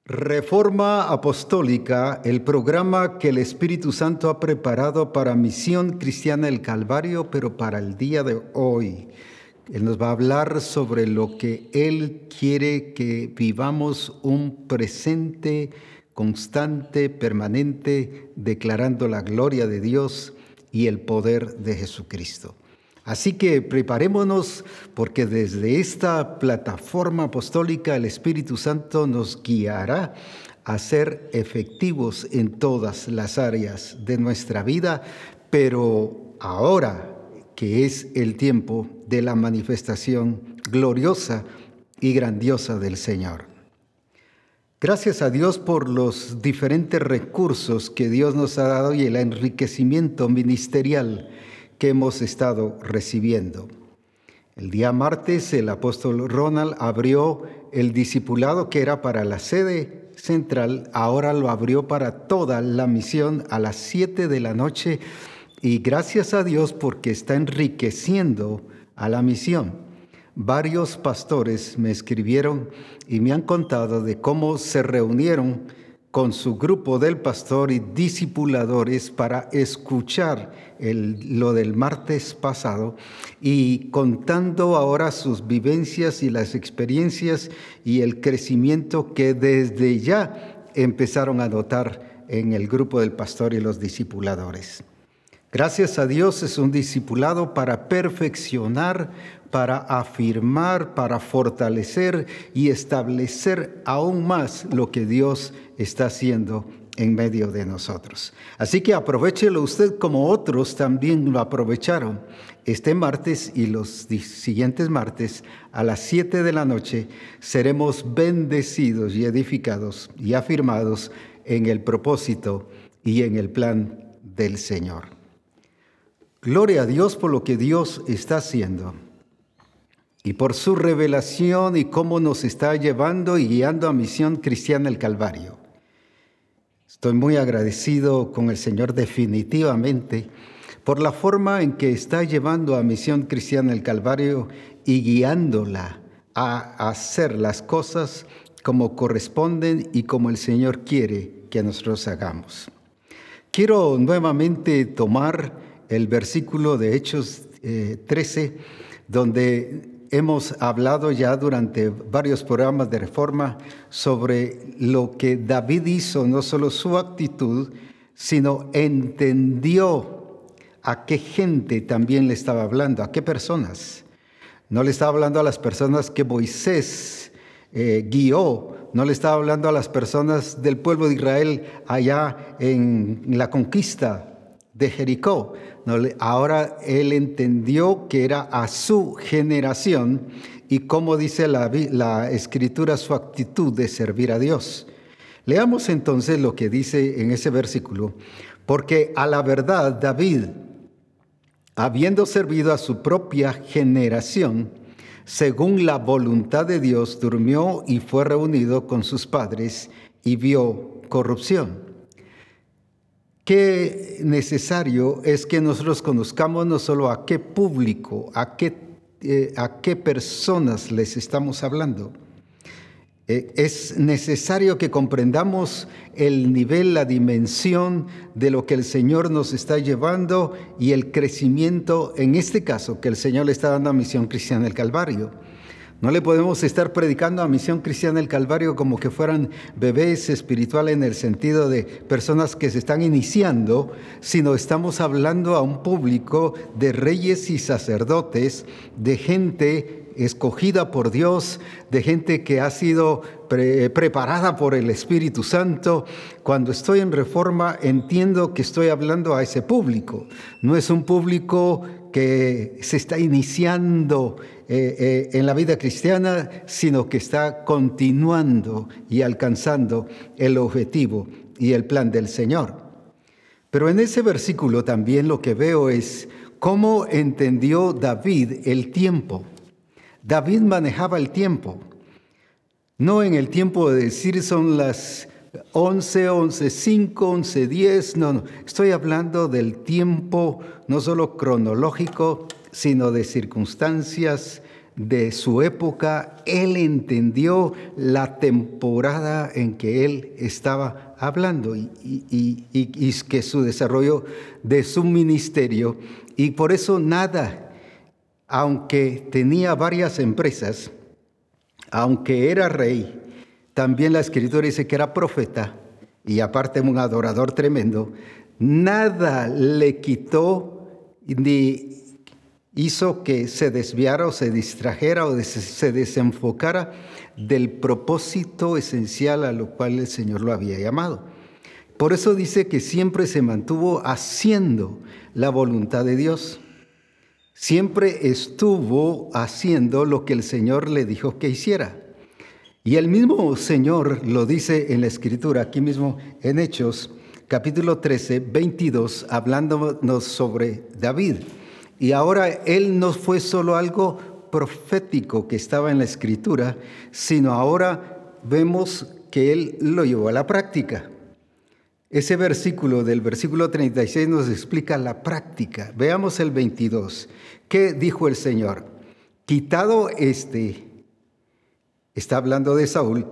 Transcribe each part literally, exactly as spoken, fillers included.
Reforma Apostólica, el programa que el Espíritu Santo ha preparado para Misión Cristiana del Calvario, pero para el día de hoy. Él nos va a hablar sobre lo que Él quiere que vivamos un presente constante, permanente, declarando la gloria de Dios y el poder de Jesucristo. Así que preparémonos porque desde esta plataforma apostólica el Espíritu Santo nos guiará a ser efectivos en todas las áreas de nuestra vida, pero ahora que es el tiempo de la manifestación gloriosa y grandiosa del Señor. Gracias a Dios por los diferentes recursos que Dios nos ha dado y el enriquecimiento ministerial que hemos estado recibiendo. El día martes el apóstol Ronald abrió el discipulado que era para la sede central, ahora lo abrió para toda la misión a las siete de la noche y gracias a Dios porque está enriqueciendo a la misión. Varios pastores me escribieron y me han contado de cómo se reunieron con su grupo del pastor y discipuladores para escuchar el, lo del martes pasado y contando ahora sus vivencias y las experiencias y el crecimiento que desde ya empezaron a notar en el grupo del pastor y los discipuladores. Gracias a Dios es un discipulado para perfeccionar, para afirmar, para fortalecer y establecer aún más lo que Dios está haciendo en medio de nosotros. Así que aprovéchelo usted como otros también lo aprovecharon. Este martes y los siguientes martes a las siete de la noche seremos bendecidos y edificados y afirmados en el propósito y en el plan del Señor. Gloria a Dios por lo que Dios está haciendo y por su revelación y cómo nos está llevando y guiando a Misión Cristiana del Calvario. Estoy muy agradecido con el Señor definitivamente por la forma en que está llevando a Misión Cristiana del Calvario y guiándola a hacer las cosas como corresponden y como el Señor quiere que nosotros hagamos. Quiero nuevamente tomar el versículo de Hechos eh, trece, donde hemos hablado ya durante varios programas de reforma sobre lo que David hizo, no solo su actitud, sino entendió a qué gente también le estaba hablando, a qué personas. No le estaba hablando a las personas que Moisés eh, guió, no le estaba hablando a las personas del pueblo de Israel allá en la conquista de Jericó. No, ahora él entendió que era a su generación y como dice la, la Escritura, su actitud de servir a Dios. Leamos entonces lo que dice en ese versículo. Porque a la verdad David, habiendo servido a su propia generación, según la voluntad de Dios, durmió y fue reunido con sus padres y vio corrupción. Qué necesario es que nosotros conozcamos no solo a qué público, a qué, eh, a qué personas les estamos hablando. Eh, es necesario que comprendamos el nivel, la dimensión de lo que el Señor nos está llevando y el crecimiento, en este caso, que el Señor le está dando a Misión Cristiana del Calvario. No le podemos estar predicando a Misión Cristiana del Calvario como que fueran bebés espirituales en el sentido de personas que se están iniciando, sino estamos hablando a un público de reyes y sacerdotes, de gente escogida por Dios, de gente que ha sido pre- preparada por el Espíritu Santo. Cuando estoy en Reforma entiendo que estoy hablando a ese público. No es un público que se está iniciando eh, eh, en la vida cristiana, sino que está continuando y alcanzando el objetivo y el plan del Señor. Pero en ese versículo también lo que veo es cómo entendió David el tiempo. David manejaba el tiempo, no en el tiempo de decir son las once, once, cinco, once, diez, no, no, estoy hablando del tiempo no solo cronológico, sino de circunstancias, de su época, él entendió la temporada en que él estaba hablando y, y, y, y que su desarrollo de su ministerio, y por eso nada, aunque tenía varias empresas, aunque era rey, también la Escritura dice que era profeta y aparte un adorador tremendo, nada le quitó ni hizo que se desviara o se distrajera o se desenfocara del propósito esencial a lo cual el Señor lo había llamado. Por eso dice que siempre se mantuvo haciendo la voluntad de Dios. Siempre estuvo haciendo lo que el Señor le dijo que hiciera. Y el mismo Señor lo dice en la Escritura, aquí mismo en Hechos, capítulo trece, veintidós, hablándonos sobre David. Y ahora él no fue solo algo profético que estaba en la Escritura, sino ahora vemos que él lo llevó a la práctica. Ese versículo del versículo treinta y seis nos explica la práctica. Veamos el veintidós. ¿Qué dijo el Señor? Quitado este, está hablando de Saúl,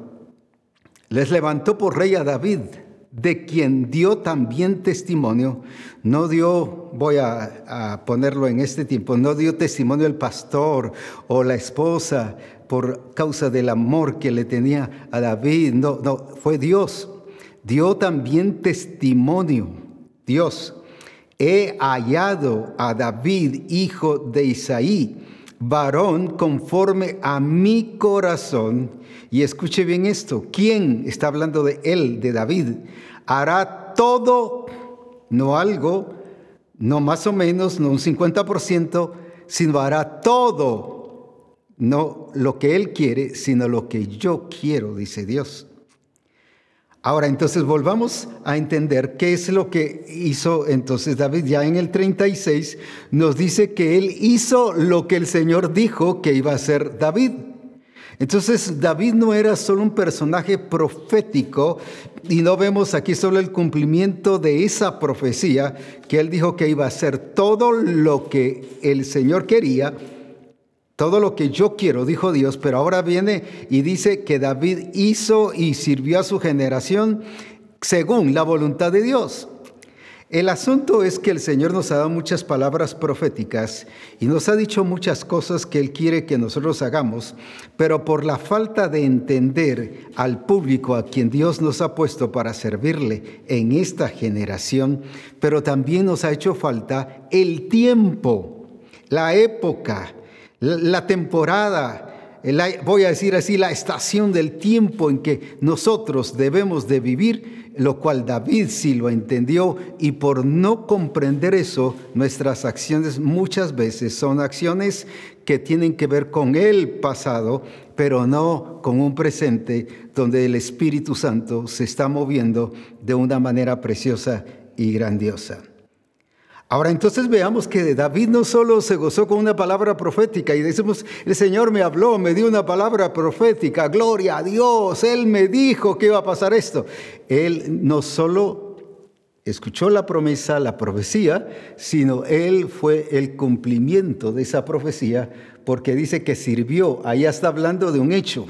les levantó por rey a David, de quien dio también testimonio. No dio, voy a, a ponerlo en este tiempo, no dio testimonio el pastor o la esposa por causa del amor que le tenía a David. No, no, fue Dios. Dio también testimonio. Dios, he hallado a David, hijo de Isaí, varón conforme a mi corazón. Y escuche bien esto. ¿Quién está hablando de él, de David? Hará todo, no algo, no más o menos, no un cincuenta por ciento, sino hará todo, no lo que él quiere, sino lo que yo quiero, dice Dios. Ahora, entonces volvamos a entender qué es lo que hizo entonces David. Ya en el treinta y seis nos dice que él hizo lo que el Señor dijo que iba a hacer David. Entonces David no era solo un personaje profético y no vemos aquí solo el cumplimiento de esa profecía que él dijo que iba a hacer todo lo que el Señor quería. Todo lo que yo quiero, dijo Dios, pero ahora viene y dice que David hizo y sirvió a su generación según la voluntad de Dios. El asunto es que el Señor nos ha dado muchas palabras proféticas y nos ha dicho muchas cosas que Él quiere que nosotros hagamos, pero por la falta de entender al público a quien Dios nos ha puesto para servirle en esta generación, pero también nos ha hecho falta el tiempo, la época, la temporada, la, voy a decir así, la estación del tiempo en que nosotros debemos de vivir, lo cual David sí lo entendió, y por no comprender eso, nuestras acciones muchas veces son acciones que tienen que ver con el pasado, pero no con un presente donde el Espíritu Santo se está moviendo de una manera preciosa y grandiosa. Ahora entonces veamos que David no solo se gozó con una palabra profética y decimos, el Señor me habló, me dio una palabra profética, gloria a Dios, Él me dijo que iba a pasar esto. Él no solo escuchó la promesa, la profecía, sino Él fue el cumplimiento de esa profecía, porque dice que sirvió. Ahí está hablando de un hecho,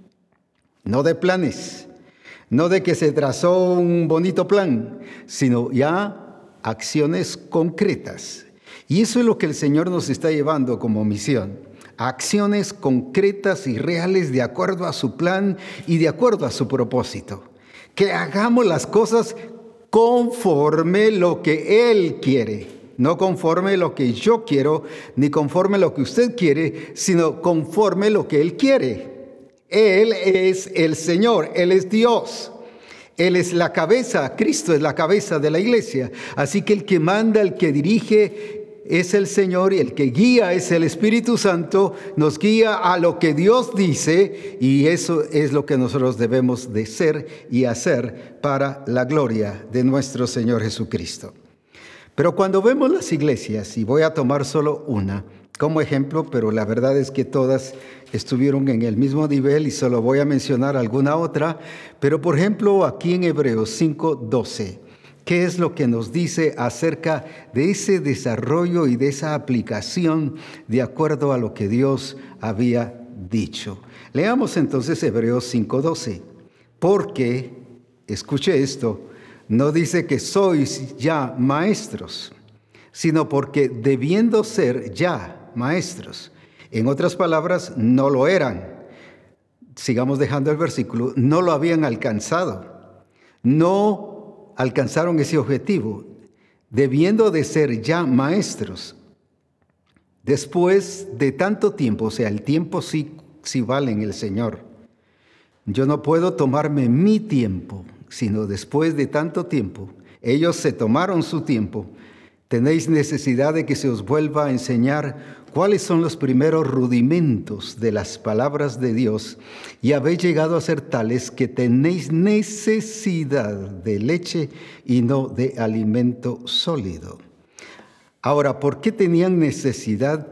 no de planes, no de que se trazó un bonito plan, sino ya acciones concretas. Y eso es lo que el Señor nos está llevando como misión. Acciones concretas y reales de acuerdo a su plan y de acuerdo a su propósito. Que hagamos las cosas conforme lo que Él quiere. No conforme lo que yo quiero, ni conforme lo que usted quiere, sino conforme lo que Él quiere. Él es el Señor, Él es Dios. Él es la cabeza, Cristo es la cabeza de la iglesia. Así que el que manda, el que dirige es el Señor y el que guía es el Espíritu Santo. Nos guía a lo que Dios dice y eso es lo que nosotros debemos de ser y hacer para la gloria de nuestro Señor Jesucristo. Pero cuando vemos las iglesias, y voy a tomar solo una como ejemplo, pero la verdad es que todas estuvieron en el mismo nivel y solo voy a mencionar alguna otra. Pero por ejemplo, aquí en Hebreos cinco doce, ¿Qué es lo que nos dice acerca de ese desarrollo y de esa aplicación de acuerdo a lo que Dios había dicho? Leamos entonces Hebreos cinco doce. Porque, escuche esto, no dice que sois ya maestros, sino porque debiendo ser ya maestros. En otras palabras, no lo eran. Sigamos dejando el versículo. No lo habían alcanzado. No alcanzaron ese objetivo, debiendo de ser ya maestros. Después de tanto tiempo, o sea, el tiempo sí, sí vale en el Señor. Yo no puedo tomarme mi tiempo, sino después de tanto tiempo. Ellos se tomaron su tiempo. Tenéis necesidad de que se os vuelva a enseñar cuáles son los primeros rudimentos de las palabras de Dios, y habéis llegado a ser tales que tenéis necesidad de leche y no de alimento sólido. Ahora, ¿por qué tenían necesidad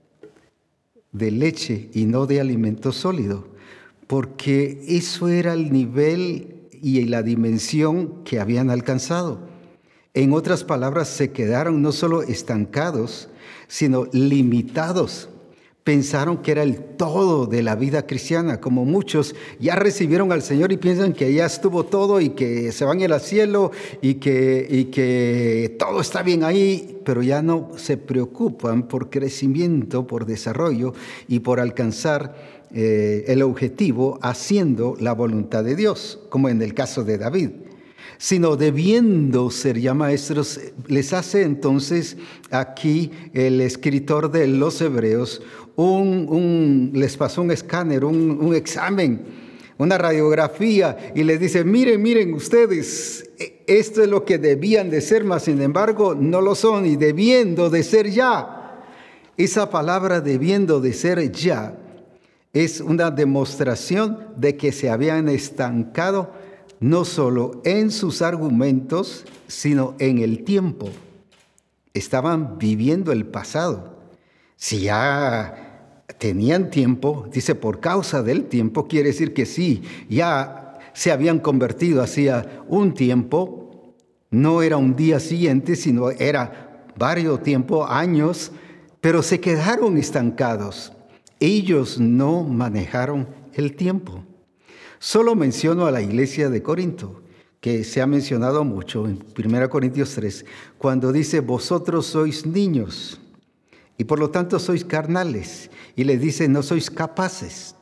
de leche y no de alimento sólido? Porque eso era el nivel y la dimensión que habían alcanzado. En otras palabras, se quedaron no solo estancados, sino limitados. Pensaron que era el todo de la vida cristiana, como muchos ya recibieron al Señor y piensan que ya estuvo todo y que se van a ir al cielo y que, y que todo está bien ahí, pero ya no se preocupan por crecimiento, por desarrollo y por alcanzar eh, el objetivo haciendo la voluntad de Dios, como en el caso de David. Sino debiendo ser ya maestros, les hace entonces aquí el escritor de los Hebreos, un, un, les pasó un escáner, un, un examen, una radiografía, y les dice, miren, miren ustedes, esto es lo que debían de ser, mas sin embargo no lo son, y debiendo de ser ya. Esa palabra debiendo de ser ya es una demostración de que se habían estancado no solo en sus argumentos, sino en el tiempo. Estaban viviendo el pasado. Si ya tenían tiempo, dice por causa del tiempo, quiere decir que sí, ya se habían convertido hacía un tiempo, no era un día siguiente, sino era varios tiempos, años, pero se quedaron estancados. Ellos no manejaron el tiempo. Solo menciono a la iglesia de Corinto, que se ha mencionado mucho en primera Corintios tres, cuando dice, vosotros sois niños y por lo tanto sois carnales. Y le dice, no sois capaces.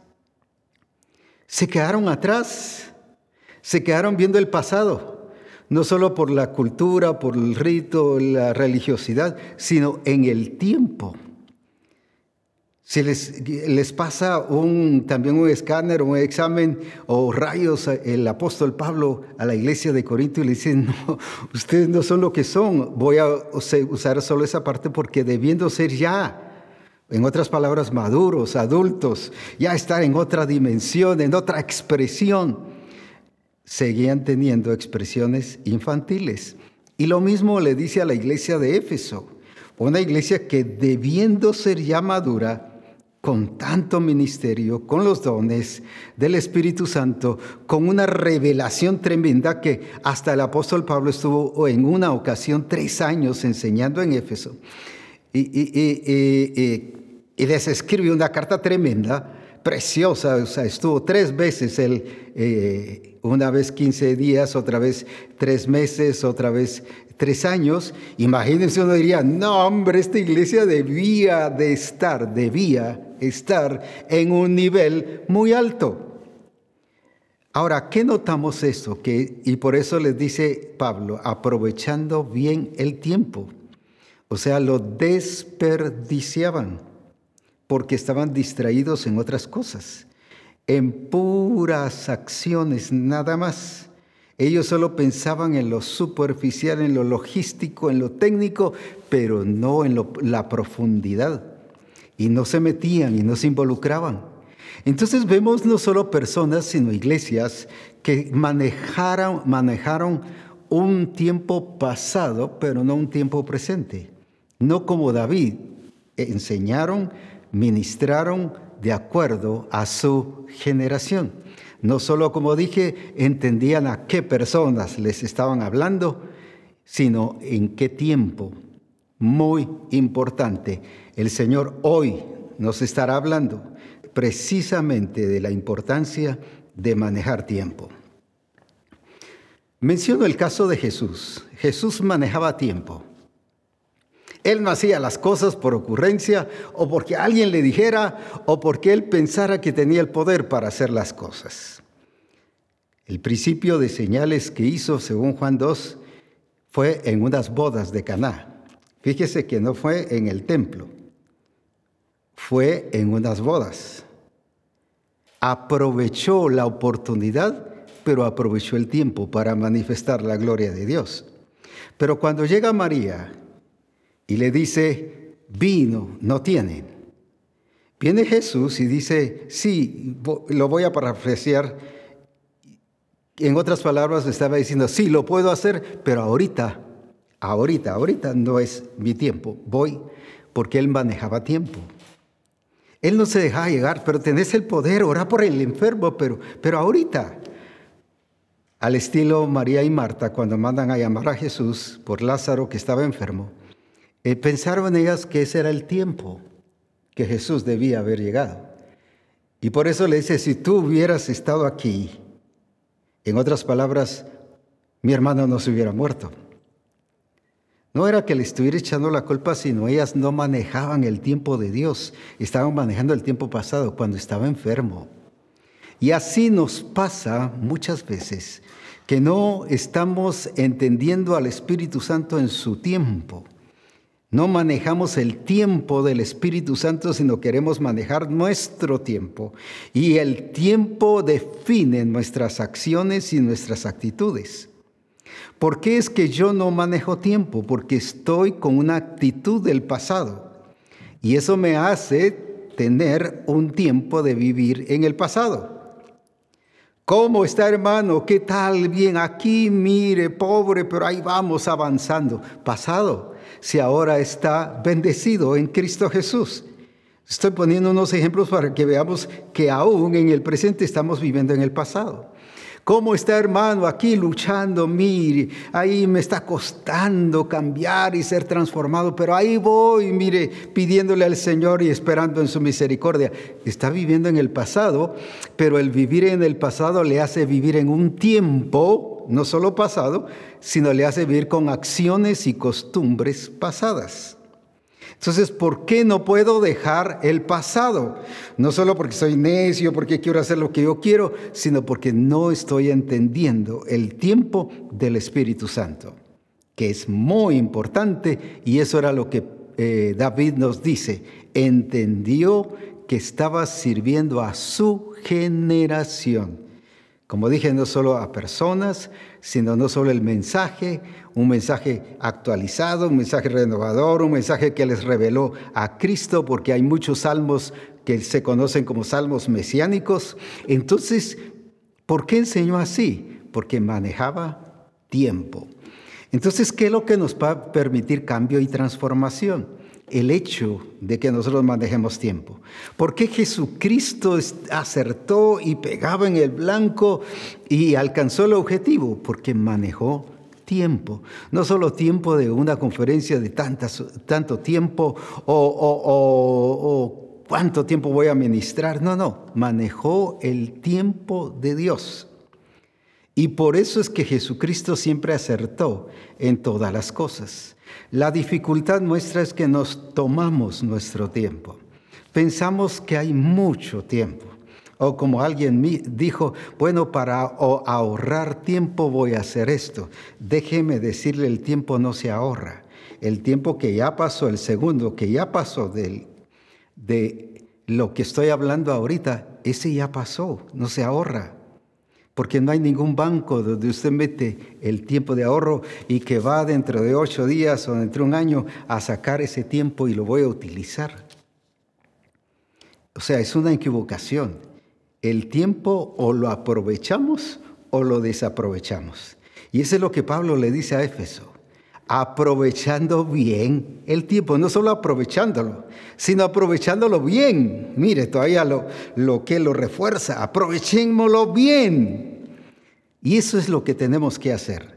Se quedaron atrás, se quedaron viendo el pasado, no solo por la cultura, por el rito, la religiosidad, sino en el tiempo. Si les, les pasa un, también un escáner, un examen o rayos, el apóstol Pablo a la iglesia de Corinto y le dice, no, ustedes no son lo que son. Voy a usar solo esa parte porque debiendo ser ya, en otras palabras, maduros, adultos, ya estar en otra dimensión, en otra expresión, seguían teniendo expresiones infantiles. Y lo mismo le dice a la iglesia de Éfeso, una iglesia que debiendo ser ya madura, con tanto ministerio, con los dones del Espíritu Santo, con una revelación tremenda que hasta el apóstol Pablo estuvo en una ocasión tres años enseñando en Éfeso. Y, y, y, y, y les escribe una carta tremenda, preciosa, o sea, estuvo tres veces él, eh, una vez quince días, otra vez tres meses, otra vez tres años. Imagínense, uno diría, no hombre, esta iglesia debía de estar, debía estar en un nivel muy alto. Ahora, ¿qué notamos esto? Que, y por eso les dice Pablo, aprovechando bien el tiempo. O sea, lo desperdiciaban porque estaban distraídos en otras cosas, en puras acciones nada más. Ellos solo pensaban en lo superficial, en lo logístico, en lo técnico, pero no en lo, la profundidad. Y no se metían y no se involucraban. Entonces vemos no solo personas, sino iglesias que manejaron, manejaron un tiempo pasado, pero no un tiempo presente. No como David, enseñaron, ministraron de acuerdo a su generación. No solo, como dije, entendían a qué personas les estaban hablando sino en qué tiempo. Muy importante. El Señor hoy nos estará hablando precisamente de la importancia de manejar tiempo. Menciono el caso de Jesús. Jesús manejaba tiempo. Él no hacía las cosas por ocurrencia o porque alguien le dijera o porque él pensara que tenía el poder para hacer las cosas. El principio de señales que hizo, según Juan dos, fue en unas bodas de Caná. Fíjese que no fue en el templo, fue en unas bodas. Aprovechó la oportunidad, pero aprovechó el tiempo para manifestar la gloria de Dios. Pero cuando llega María y le dice, vino, no tienen. Viene Jesús y dice, sí, lo voy a parafrasear. En otras palabras, estaba diciendo, sí, lo puedo hacer, pero ahorita, ahorita, ahorita no es mi tiempo. Voy porque él manejaba tiempo. Él no se dejaba llegar, pero tenés el poder, orar por el enfermo, pero, pero ahorita. Al estilo María y Marta, cuando mandan a llamar a Jesús por Lázaro que estaba enfermo, eh, pensaron ellas que ese era el tiempo que Jesús debía haber llegado. Y por eso le dice, si tú hubieras estado aquí, en otras palabras, mi hermano no se hubiera muerto. No era que le estuviera echando la culpa, sino ellas no manejaban el tiempo de Dios. Estaban manejando el tiempo pasado cuando estaba enfermo. Y así nos pasa muchas veces que no estamos entendiendo al Espíritu Santo en su tiempo. No manejamos el tiempo del Espíritu Santo, sino queremos manejar nuestro tiempo. Y el tiempo define nuestras acciones y nuestras actitudes. ¿Por qué es que yo no manejo tiempo? Porque estoy con una actitud del pasado. Y eso me hace tener un tiempo de vivir en el pasado. ¿Cómo está, hermano? ¿Qué tal? Bien, aquí, mire, pobre, pero ahí vamos avanzando. Pasado, si ahora está bendecido en Cristo Jesús. Estoy poniendo unos ejemplos para que veamos que aún en el presente estamos viviendo en el pasado. ¿Cómo está, hermano? Aquí luchando, mire, ahí me está costando cambiar y ser transformado, pero ahí voy, mire, pidiéndole al Señor y esperando en su misericordia. Está viviendo en el pasado, pero el vivir en el pasado le hace vivir en un tiempo, no solo pasado, sino le hace vivir con acciones y costumbres pasadas. Entonces, ¿por qué no puedo dejar el pasado? No solo porque soy necio, porque quiero hacer lo que yo quiero, sino porque no estoy entendiendo el tiempo del Espíritu Santo, que es muy importante, y eso era lo que eh, David nos dice. Entendió que estaba sirviendo a su generación. Como dije, no solo a personas, sino no solo el mensaje, un mensaje actualizado, un mensaje renovador, un mensaje que les reveló a Cristo, porque hay muchos salmos que se conocen como salmos mesiánicos. Entonces, ¿por qué enseñó así? Porque manejaba tiempo. Entonces, ¿qué es lo que nos va a permitir cambio y transformación? El hecho de que nosotros manejemos tiempo. ¿Por qué Jesucristo acertó y pegaba en el blanco y alcanzó el objetivo? Porque manejó tiempo. No solo tiempo de una conferencia de tantas, tanto tiempo o, o, o, o cuánto tiempo voy a ministrar. No, no. Manejó el tiempo de Dios. Y por eso es que Jesucristo siempre acertó en todas las cosas. La dificultad nuestra es que nos tomamos nuestro tiempo. Pensamos que hay mucho tiempo. O como alguien dijo, bueno, para ahorrar tiempo voy a hacer esto. Déjeme decirle, el tiempo no se ahorra. El tiempo que ya pasó, el segundo que ya pasó de, de lo que estoy hablando ahorita, ese ya pasó, no se ahorra. Porque no hay ningún banco donde usted mete el tiempo de ahorro y que va dentro de ocho días o dentro de un año a sacar ese tiempo y lo voy a utilizar. O sea, es una equivocación. El tiempo o lo aprovechamos o lo desaprovechamos. Y eso es lo que Pablo le dice a Éfeso. Aprovechando bien el tiempo, no solo aprovechándolo, sino aprovechándolo bien. Mire, todavía lo, lo que lo refuerza, aprovechémoslo bien. Y eso es lo que tenemos que hacer.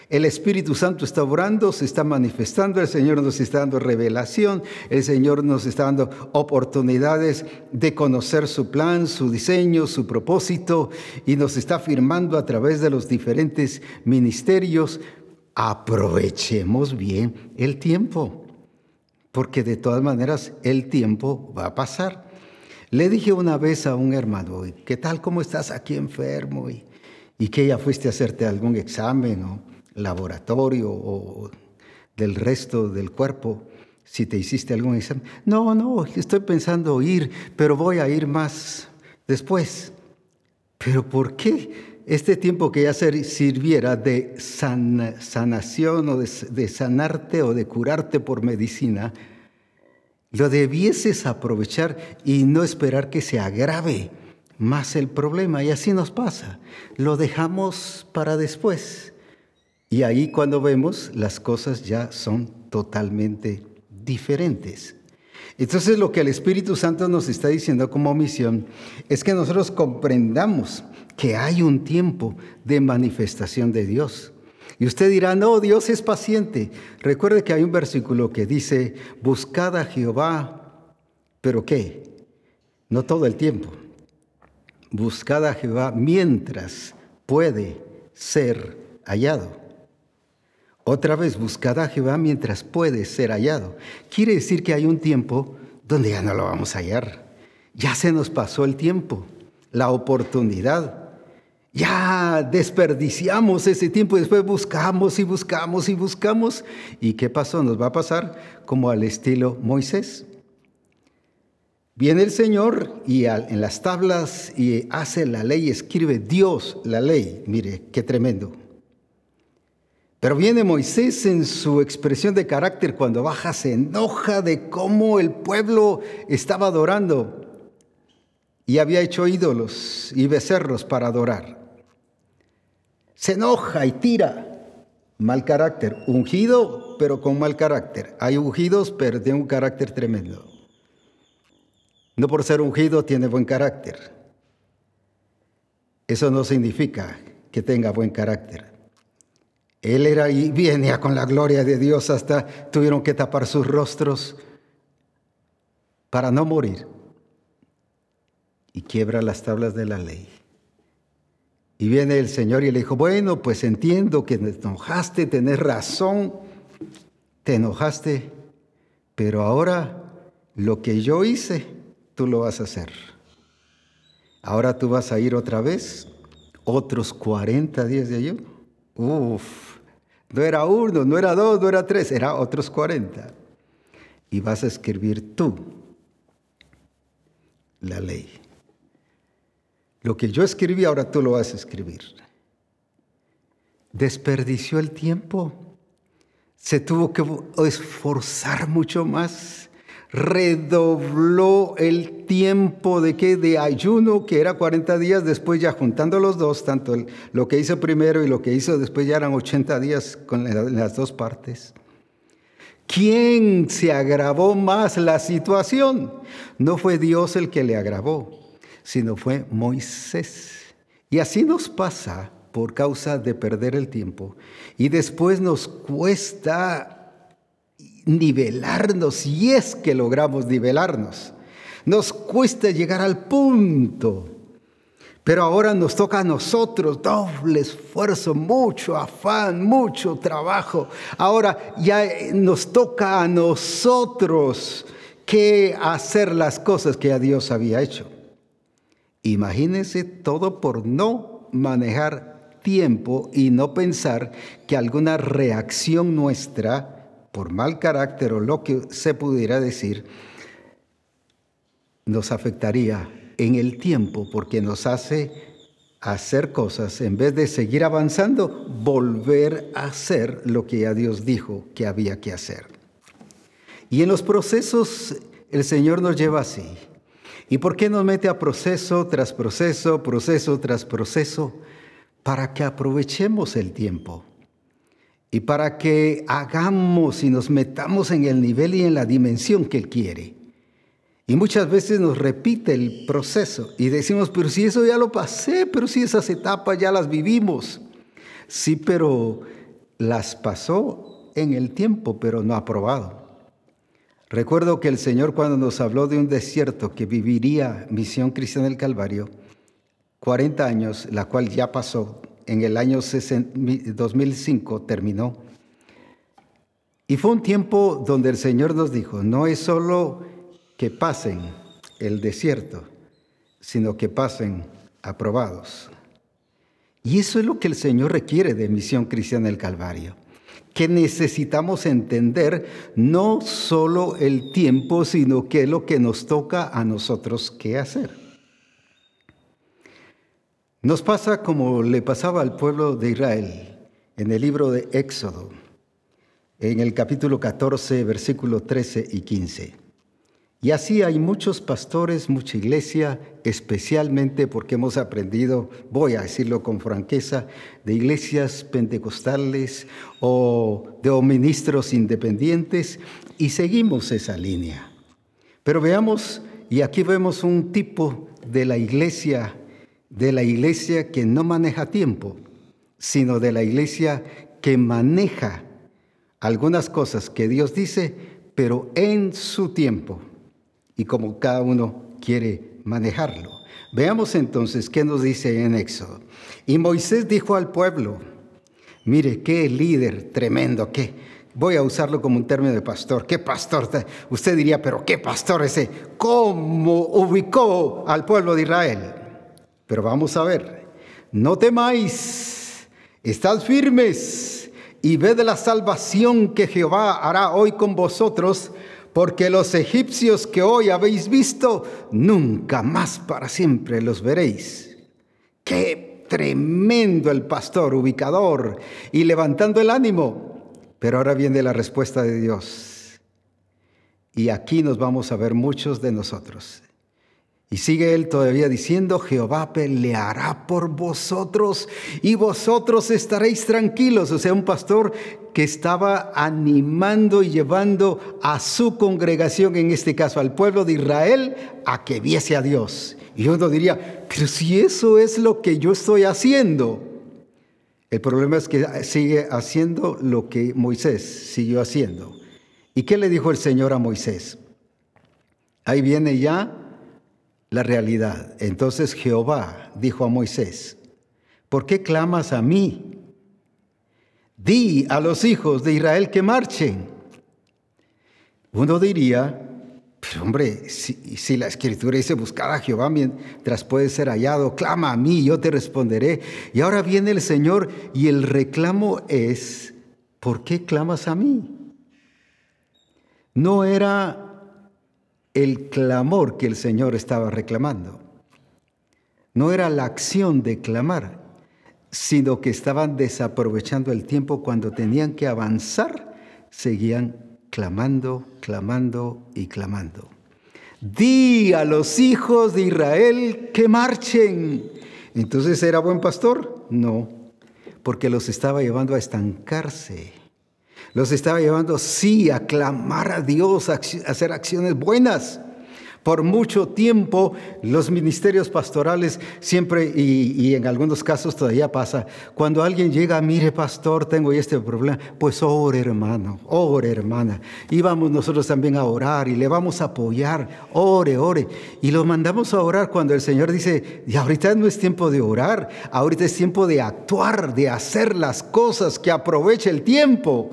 El Espíritu Santo está obrando, se está manifestando, el Señor nos está dando revelación, el Señor nos está dando oportunidades de conocer su plan, su diseño, su propósito, y nos está afirmando a través de los diferentes ministerios. Aprovechemos bien el tiempo, porque de todas maneras el tiempo va a pasar. Le dije una vez a un hermano, ¿qué tal? ¿Cómo estás aquí enfermo? Y, y que ya fuiste a hacerte algún examen o laboratorio o del resto del cuerpo, si te hiciste algún examen. No, no, estoy pensando ir, pero voy a ir más después. ¿Pero por qué este tiempo que ya sirviera de san, sanación o de, de sanarte o de curarte por medicina, lo debieses aprovechar y no esperar que se agrave más el problema? Y así nos pasa, lo dejamos para después. Y ahí cuando vemos, las cosas ya son totalmente diferentes. Entonces lo que el Espíritu Santo nos está diciendo como misión es que nosotros comprendamos que hay un tiempo de manifestación de Dios. Y usted dirá, no, Dios es paciente. Recuerde que hay un versículo que dice, buscad a Jehová, ¿pero qué? No todo el tiempo. Buscad a Jehová mientras puede ser hallado. Otra vez, buscad a Jehová mientras puede ser hallado. Quiere decir que hay un tiempo donde ya no lo vamos a hallar. Ya se nos pasó el tiempo, la oportunidad. Ya desperdiciamos ese tiempo y después buscamos y buscamos y buscamos. ¿Y qué pasó? Nos va a pasar como al estilo Moisés. Viene el Señor y en las tablas y hace la ley, escribe Dios la ley. Mire, qué tremendo. Pero viene Moisés en su expresión de carácter, cuando baja se enoja de cómo el pueblo estaba adorando y había hecho ídolos y becerros para adorar. Se enoja y tira. Mal carácter. Ungido, pero con mal carácter. Hay ungidos, pero tiene un carácter tremendo. No por ser ungido tiene buen carácter. Eso no significa que tenga buen carácter. Él era y venía con la gloria de Dios, hasta tuvieron que tapar sus rostros para no morir. Y quiebra las tablas de la ley. Y viene el Señor y le dijo, bueno, pues entiendo que te enojaste, tenés razón, te enojaste, pero ahora lo que yo hice, tú lo vas a hacer. Ahora tú vas a ir otra vez, otros cuarenta días de ayuno. Uf, no era uno, no era dos, no era tres, era otros cuarenta. Y vas a escribir tú la ley. Lo que yo escribí, ahora tú lo vas a escribir. Desperdició el tiempo. Se tuvo que esforzar mucho más. Redobló el tiempo de qué, de ayuno, que era cuarenta días, después ya juntando los dos, tanto el, lo que hizo primero y lo que hizo después ya eran ochenta días con la, las dos partes. ¿Quién se agravó más la situación? No fue Dios el que le agravó, sino fue Moisés. Y así nos pasa por causa de perder el tiempo. Y después nos cuesta nivelarnos, si es que logramos nivelarnos. Nos cuesta llegar al punto. Pero ahora nos toca a nosotros doble esfuerzo, mucho afán, mucho trabajo. Ahora ya nos toca a nosotros que hacer las cosas que a Dios había hecho. Imagínense todo por no manejar tiempo y no pensar que alguna reacción nuestra, por mal carácter o lo que se pudiera decir, nos afectaría en el tiempo, porque nos hace hacer cosas, en vez de seguir avanzando, volver a hacer lo que ya Dios dijo que había que hacer. Y en los procesos el Señor nos lleva así. ¿Y por qué nos mete a proceso tras proceso, proceso tras proceso? Para que aprovechemos el tiempo. Y para que hagamos y nos metamos en el nivel y en la dimensión que Él quiere. Y muchas veces nos repite el proceso y decimos, pero si eso ya lo pasé, pero si esas etapas ya las vivimos. Sí, pero las pasó en el tiempo, pero no ha probado. Recuerdo que el Señor, cuando nos habló de un desierto que viviría Misión Cristiana del Calvario, cuarenta años, la cual ya pasó, en el año dos mil cinco terminó. Y fue un tiempo donde el Señor nos dijo, no es solo que pasen el desierto, sino que pasen aprobados. Y eso es lo que el Señor requiere de Misión Cristiana del Calvario, que necesitamos entender no solo el tiempo, sino que es lo que nos toca a nosotros qué hacer. Nos pasa como le pasaba al pueblo de Israel en el libro de Éxodo, en el capítulo catorce, versículos trece y quince. Y así hay muchos pastores, mucha iglesia, especialmente porque hemos aprendido, voy a decirlo con franqueza, de iglesias pentecostales o de o ministros independientes, y seguimos esa línea. Pero veamos, y aquí vemos un tipo de la iglesia, de la iglesia que no maneja tiempo, sino de la iglesia que maneja algunas cosas que Dios dice, pero en su tiempo. Y como cada uno quiere manejarlo. Veamos entonces qué nos dice en Éxodo. Y Moisés dijo al pueblo, mire, qué líder tremendo, qué, voy a usarlo como un término de pastor, qué pastor, usted diría, pero qué pastor ese, cómo ubicó al pueblo de Israel. Pero vamos a ver, no temáis, estad firmes y ved la salvación que Jehová hará hoy con vosotros, porque los egipcios que hoy habéis visto, nunca más para siempre los veréis. ¡Qué tremendo el pastor, ubicador y levantando el ánimo! Pero ahora viene la respuesta de Dios. Y aquí nos vamos a ver muchos de nosotros. Y sigue él todavía diciendo, Jehová peleará por vosotros y vosotros estaréis tranquilos. O sea, un pastor que estaba animando y llevando a su congregación, en este caso al pueblo de Israel, a que viese a Dios. Y uno diría, pero si eso es lo que yo estoy haciendo. El problema es que sigue haciendo lo que Moisés siguió haciendo. ¿Y qué le dijo el Señor a Moisés? Ahí viene ya la realidad. Entonces Jehová dijo a Moisés, ¿por qué clamas a mí? Di a los hijos de Israel que marchen. Uno diría, pero hombre, si, si la Escritura dice buscar a Jehová mientras puede ser hallado, clama a mí, yo te responderé. Y ahora viene el Señor y el reclamo es, ¿por qué clamas a mí? No era el clamor que el Señor estaba reclamando. No era la acción de clamar, sino que estaban desaprovechando el tiempo cuando tenían que avanzar, seguían clamando, clamando y clamando. Di a los hijos de Israel que marchen. Entonces, ¿era buen pastor? No, porque los estaba llevando a estancarse. Los estaba llevando, sí, a clamar a Dios, a hacer acciones buenas. Por mucho tiempo, los ministerios pastorales siempre, y, y en algunos casos todavía pasa, cuando alguien llega, mire pastor, tengo este problema, pues ore hermano, ore hermana. Y vamos nosotros también a orar y le vamos a apoyar, ore, ore. Y lo mandamos a orar cuando el Señor dice, y ahorita no es tiempo de orar, ahorita es tiempo de actuar, de hacer las cosas, que aproveche el tiempo.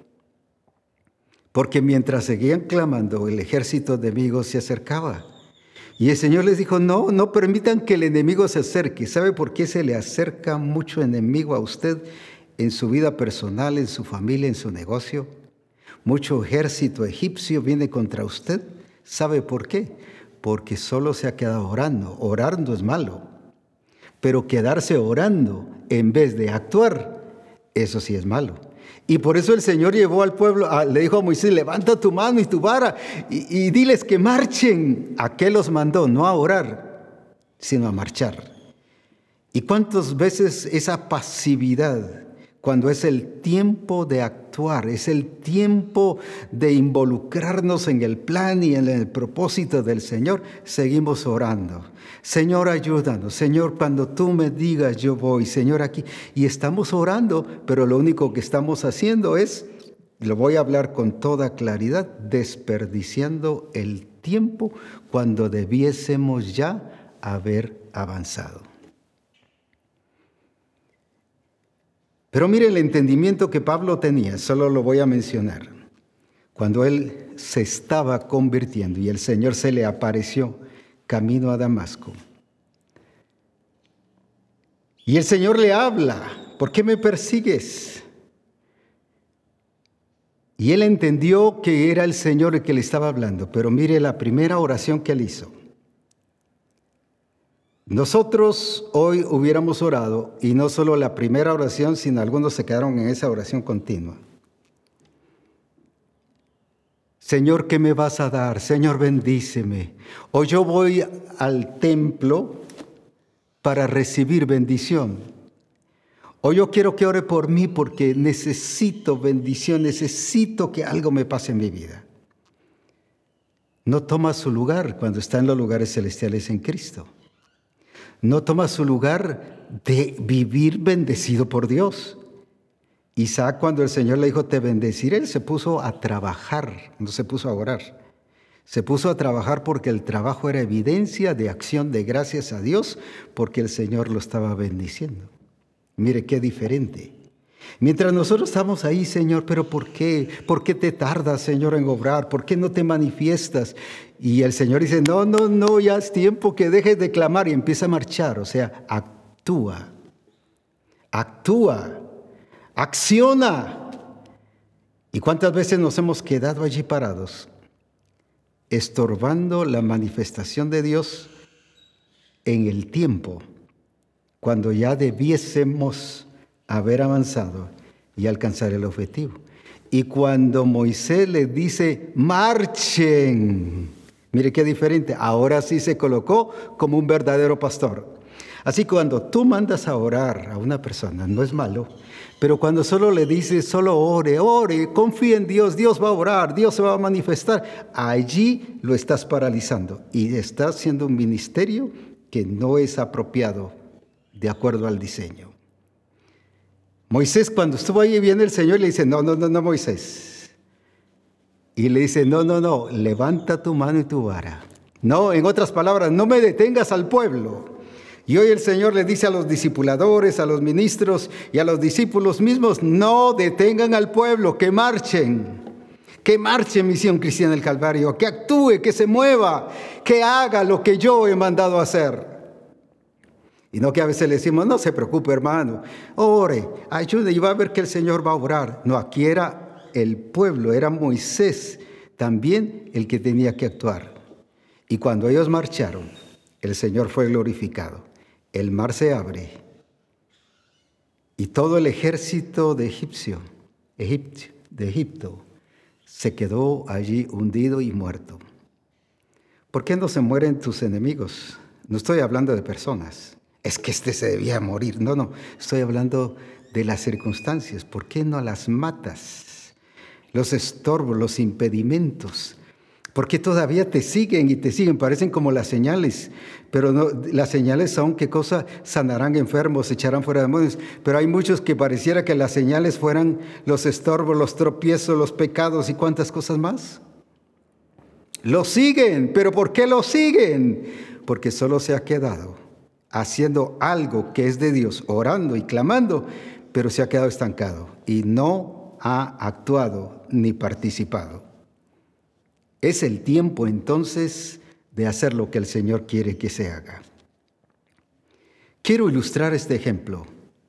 Porque mientras seguían clamando, el ejército enemigo se acercaba. Y el Señor les dijo, no, no permitan que el enemigo se acerque. ¿Sabe por qué se le acerca mucho enemigo a usted en su vida personal, en su familia, en su negocio? Mucho ejército egipcio viene contra usted. ¿Sabe por qué? Porque solo se ha quedado orando. Orar no es malo, pero quedarse orando en vez de actuar, eso sí es malo. Y por eso el Señor llevó al pueblo, a, le dijo a Moisés, levanta tu mano y tu vara y, y diles que marchen. ¿A qué los mandó? No a orar, sino a marchar. ¿Y cuántas veces esa pasividad, cuando es el tiempo de actuar, actuar, es el tiempo de involucrarnos en el plan y en el propósito del Señor. Seguimos orando. Señor, ayúdanos. Señor, cuando tú me digas, yo voy. Señor, aquí. Y estamos orando, pero lo único que estamos haciendo es, lo voy a hablar con toda claridad, desperdiciando el tiempo cuando debiésemos ya haber avanzado. Pero mire el entendimiento que Pablo tenía, solo lo voy a mencionar. Cuando él se estaba convirtiendo y el Señor se le apareció camino a Damasco. Y el Señor le habla, ¿por qué me persigues? Y él entendió que era el Señor el que le estaba hablando, pero mire la primera oración que él hizo. Nosotros hoy hubiéramos orado, y no solo la primera oración, sino algunos se quedaron en esa oración continua. Señor, ¿qué me vas a dar? Señor, bendíceme. O yo voy al templo para recibir bendición. O yo quiero que ore por mí porque necesito bendición, necesito que algo me pase en mi vida. No toma su lugar cuando está en los lugares celestiales en Cristo. No toma su lugar de vivir bendecido por Dios. Isaac, cuando el Señor le dijo, te bendeciré, él se puso a trabajar, no se puso a orar. Se puso a trabajar porque el trabajo era evidencia de acción de gracias a Dios, porque el Señor lo estaba bendiciendo. Mire qué diferente. Mientras nosotros estamos ahí, Señor, pero ¿por qué? ¿Por qué te tardas, Señor, en obrar? ¿Por qué no te manifiestas? Y el Señor dice, no, no, no, ya es tiempo que dejes de clamar y empieza a marchar. O sea, actúa, actúa, acciona. ¿Y cuántas veces nos hemos quedado allí parados, estorbando la manifestación de Dios en el tiempo, cuando ya debiésemos haber avanzado y alcanzar el objetivo? Y cuando Moisés le dice, marchen, mire qué diferente, ahora sí se colocó como un verdadero pastor. Así que cuando tú mandas a orar a una persona, no es malo, pero cuando solo le dices, solo ore, ore, confía en Dios, Dios va a orar, Dios se va a manifestar, allí lo estás paralizando y estás haciendo un ministerio que no es apropiado de acuerdo al diseño. Moisés, cuando estuvo ahí, viene el Señor y le dice, no, no, no, no, Moisés. Y le dice, no, no, no, levanta tu mano y tu vara. No, en otras palabras, no me detengas al pueblo. Y hoy el Señor le dice a los discipuladores, a los ministros y a los discípulos mismos, no detengan al pueblo, que marchen. Que marche Misión Cristiana del Calvario, que actúe, que se mueva, que haga lo que yo he mandado a hacer. Y no que a veces le decimos, no se preocupe, hermano, ore, ayude y va a ver que el Señor va a obrar. No, aquí era el pueblo, era Moisés también el que tenía que actuar. Y cuando ellos marcharon, el Señor fue glorificado. El mar se abre y todo el ejército de Egipcio, Egipto, de Egipto se quedó allí hundido y muerto. ¿Por qué no se mueren tus enemigos? No estoy hablando de personas. Es que este se debía morir. No, no, estoy hablando de las circunstancias. ¿Por qué no las matas? Los estorbos, los impedimentos. ¿Por qué todavía te siguen y te siguen? Parecen como las señales. Pero no, las señales son qué cosa, sanarán enfermos, echarán fuera demonios. Pero hay muchos que pareciera que las señales fueran los estorbos, los tropiezos, los pecados y cuántas cosas más. Los siguen. ¿Pero por qué los siguen? Porque solo se ha quedado haciendo algo que es de Dios, orando y clamando, pero se ha quedado estancado y no ha actuado ni participado. Es el tiempo entonces de hacer lo que el Señor quiere que se haga. Quiero ilustrar este ejemplo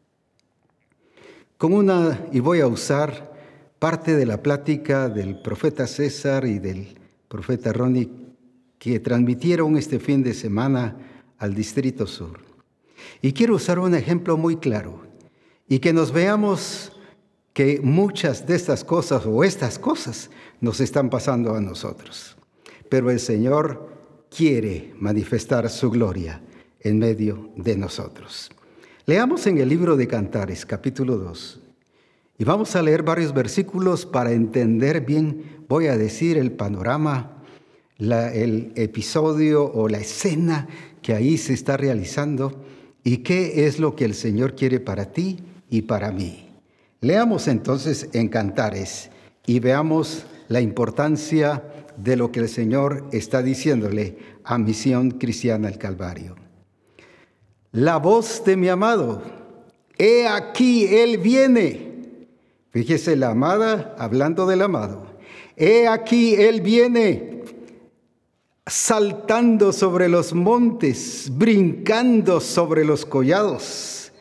con una, y voy a usar parte de la plática del profeta César y del profeta Ronnie que transmitieron este fin de semana al Distrito Sur. Y quiero usar un ejemplo muy claro y que nos veamos que muchas de estas cosas o estas cosas nos están pasando a nosotros. Pero el Señor quiere manifestar su gloria en medio de nosotros. Leamos en el libro de Cantares, capítulo dos, Y vamos a leer varios versículos para entender bien, voy a decir el panorama, la, el episodio o la escena que ahí se está realizando y qué es lo que el Señor quiere para ti y para mí. Leamos entonces en Cantares y veamos la importancia de lo que el Señor está diciéndole a Misión Cristiana del Calvario. La voz de mi amado, he aquí, Él viene. Fíjese la amada hablando del amado. He aquí, Él viene, saltando sobre los montes, brincando sobre los collados.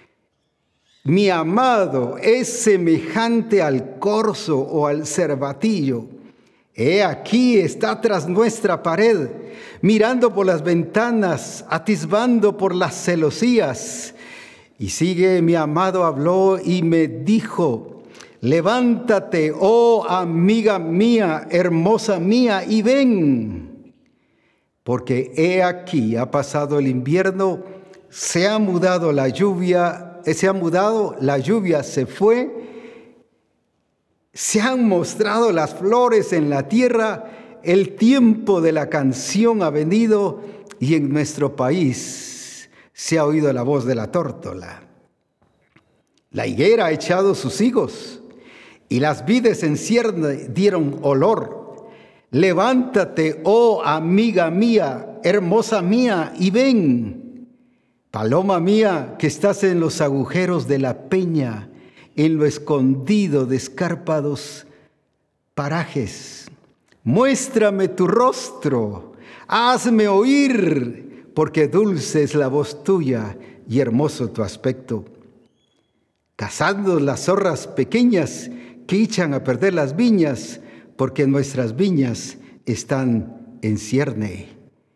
Mi amado es semejante al corzo o al cervatillo. He aquí, está tras nuestra pared, mirando por las ventanas, atisbando por las celosías. Y sigue, mi amado habló y me dijo: levántate, oh amiga mía, hermosa mía, y ven. Porque he aquí, ha pasado el invierno, se ha mudado la lluvia, se ha mudado, la lluvia se fue, se han mostrado las flores en la tierra, el tiempo de la canción ha venido y en nuestro país se ha oído la voz de la tórtola. La higuera ha echado sus higos y las vides en cierne dieron olor. Levántate, oh amiga mía, hermosa mía, y ven. Paloma mía, que estás en los agujeros de la peña, en lo escondido de escarpados parajes. Muéstrame tu rostro, hazme oír, porque dulce es la voz tuya y hermoso tu aspecto. Cazando las zorras pequeñas que echan a perder las viñas, porque nuestras viñas están en cierne.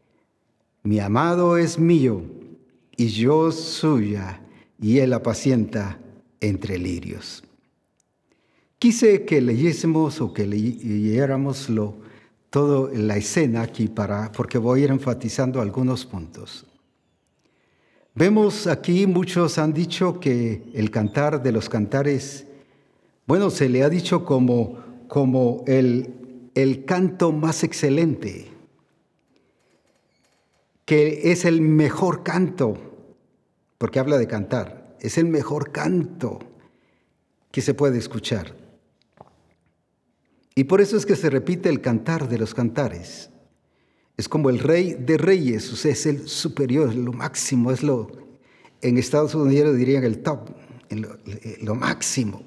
Mi amado es mío y yo suya, y él apacienta entre lirios. Quise que leyésemos o que leyéramos lo, toda la escena aquí, para, porque voy a ir enfatizando algunos puntos. Vemos aquí, muchos han dicho que el cantar de los cantares, bueno, se le ha dicho como, como el, el canto más excelente, que es el mejor canto, porque habla de cantar. Es el mejor canto que se puede escuchar. Y por eso es que se repite el cantar de los cantares. Es como el rey de reyes, o sea, es el superior, lo máximo, es lo, en Estados Unidos dirían el top, lo, lo máximo.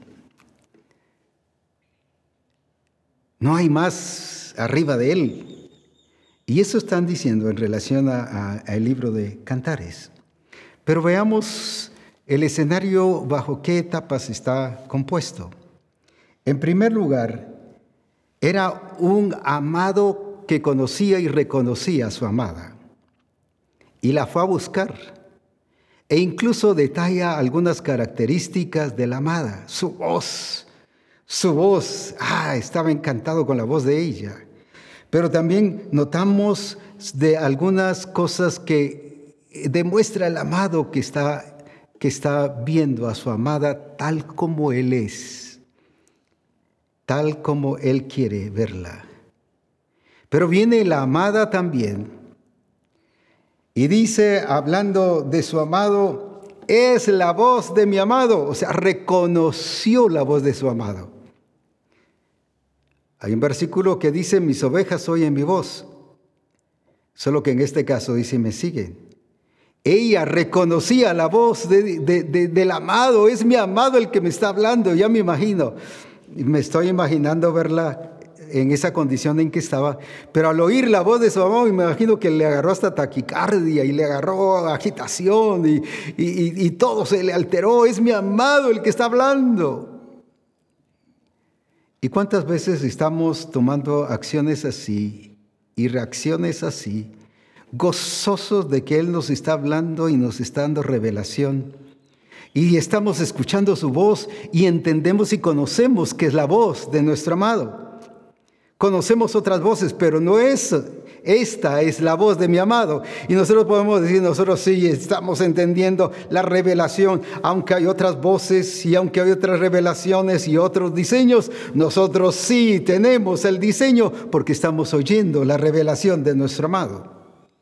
No hay más arriba de él. Y eso están diciendo en relación al libro de Cantares. Pero veamos el escenario bajo qué etapas está compuesto. En primer lugar, era un amado que conocía y reconocía a su amada. Y la fue a buscar. E incluso detalla algunas características de la amada. Su voz, su voz. Ah, estaba encantado con la voz de ella. Pero también notamos de algunas cosas que demuestra el amado que está, que está viendo a su amada tal como él es, tal como él quiere verla. Pero viene la amada también y dice, hablando de su amado, es la voz de mi amado. O sea, reconoció la voz de su amado. Hay un versículo que dice, mis ovejas oyen mi voz. Solo que en este caso dice, me siguen. Ella reconocía la voz de, de, de, del amado. Es mi amado el que me está hablando. Ya me imagino. Me estoy imaginando verla en esa condición en que estaba. Pero al oír la voz de su amado, me imagino que le agarró hasta taquicardia y le agarró agitación y, y, y, y todo se le alteró. Es mi amado el que está hablando. ¿Y cuántas veces estamos tomando acciones así y reacciones así, gozosos de que Él nos está hablando y nos está dando revelación? Y estamos escuchando su voz y entendemos y conocemos que es la voz de nuestro amado. Conocemos otras voces, pero no es esta es la voz de mi amado. Y nosotros podemos decir, nosotros sí estamos entendiendo la revelación, aunque hay otras voces y aunque hay otras revelaciones y otros diseños, nosotros sí tenemos el diseño porque estamos oyendo la revelación de nuestro amado.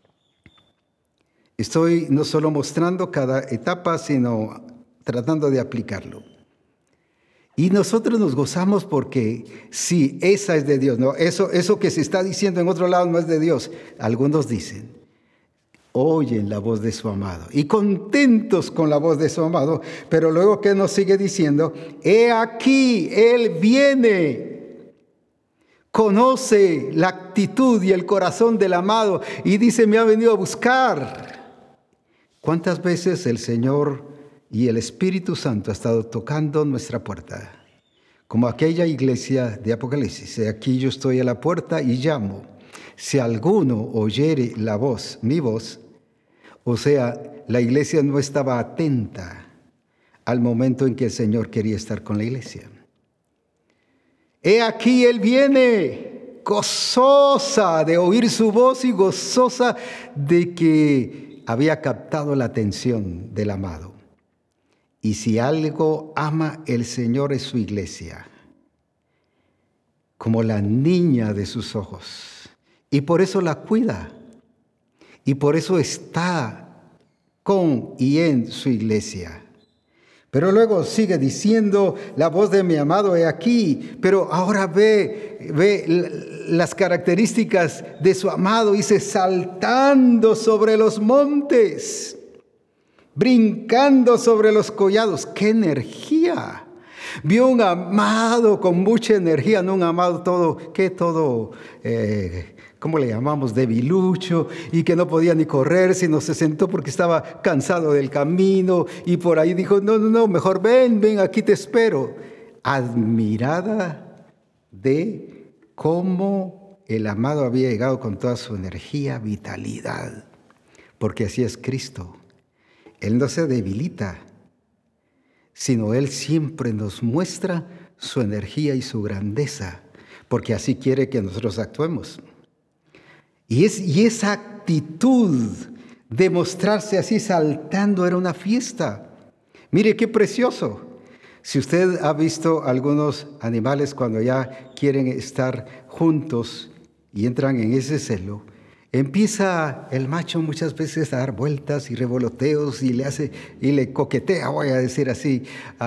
Estoy no solo mostrando cada etapa, sino tratando de aplicarlo. Y nosotros nos gozamos porque sí, esa es de Dios. No, eso, eso que se está diciendo en otro lado no es de Dios. Algunos dicen, oyen la voz de su amado y contentos con la voz de su amado. Pero luego, ¿qué nos sigue diciendo? He aquí, Él viene. Conoce la actitud y el corazón del amado y dice, me ha venido a buscar. ¿Cuántas veces el Señor y el Espíritu Santo ha estado tocando nuestra puerta? Como aquella iglesia de Apocalipsis. Aquí yo estoy a la puerta y llamo. Si alguno oyere la voz, mi voz, o sea, la iglesia no estaba atenta al momento en que el Señor quería estar con la iglesia. He aquí Él viene, gozosa de oír su voz y gozosa de que había captado la atención del amado. Y si algo ama el Señor es su iglesia, como la niña de sus ojos. Y por eso la cuida. Y por eso está con y en su iglesia. Pero luego sigue diciendo, la voz de mi amado he aquí. Pero ahora ve, ve las características de su amado. Dice, saltando sobre los montes, brincando sobre los collados. ¡Qué energía! Vio un amado con mucha energía, no un amado todo, que todo, eh, ¿cómo le llamamos? Debilucho, y que no podía ni correr, sino se sentó porque estaba cansado del camino, y por ahí dijo, no, no, no, mejor ven, ven, aquí te espero. Admirada de cómo el amado había llegado con toda su energía, vitalidad, porque así es Cristo. Él no se debilita, sino Él siempre nos muestra su energía y su grandeza, porque así quiere que nosotros actuemos. Y, es, y esa actitud de mostrarse así saltando era una fiesta. Mire qué precioso. Si usted ha visto algunos animales cuando ya quieren estar juntos y entran en ese celo, empieza el macho muchas veces a dar vueltas y revoloteos y le hace y le coquetea, voy a decir así,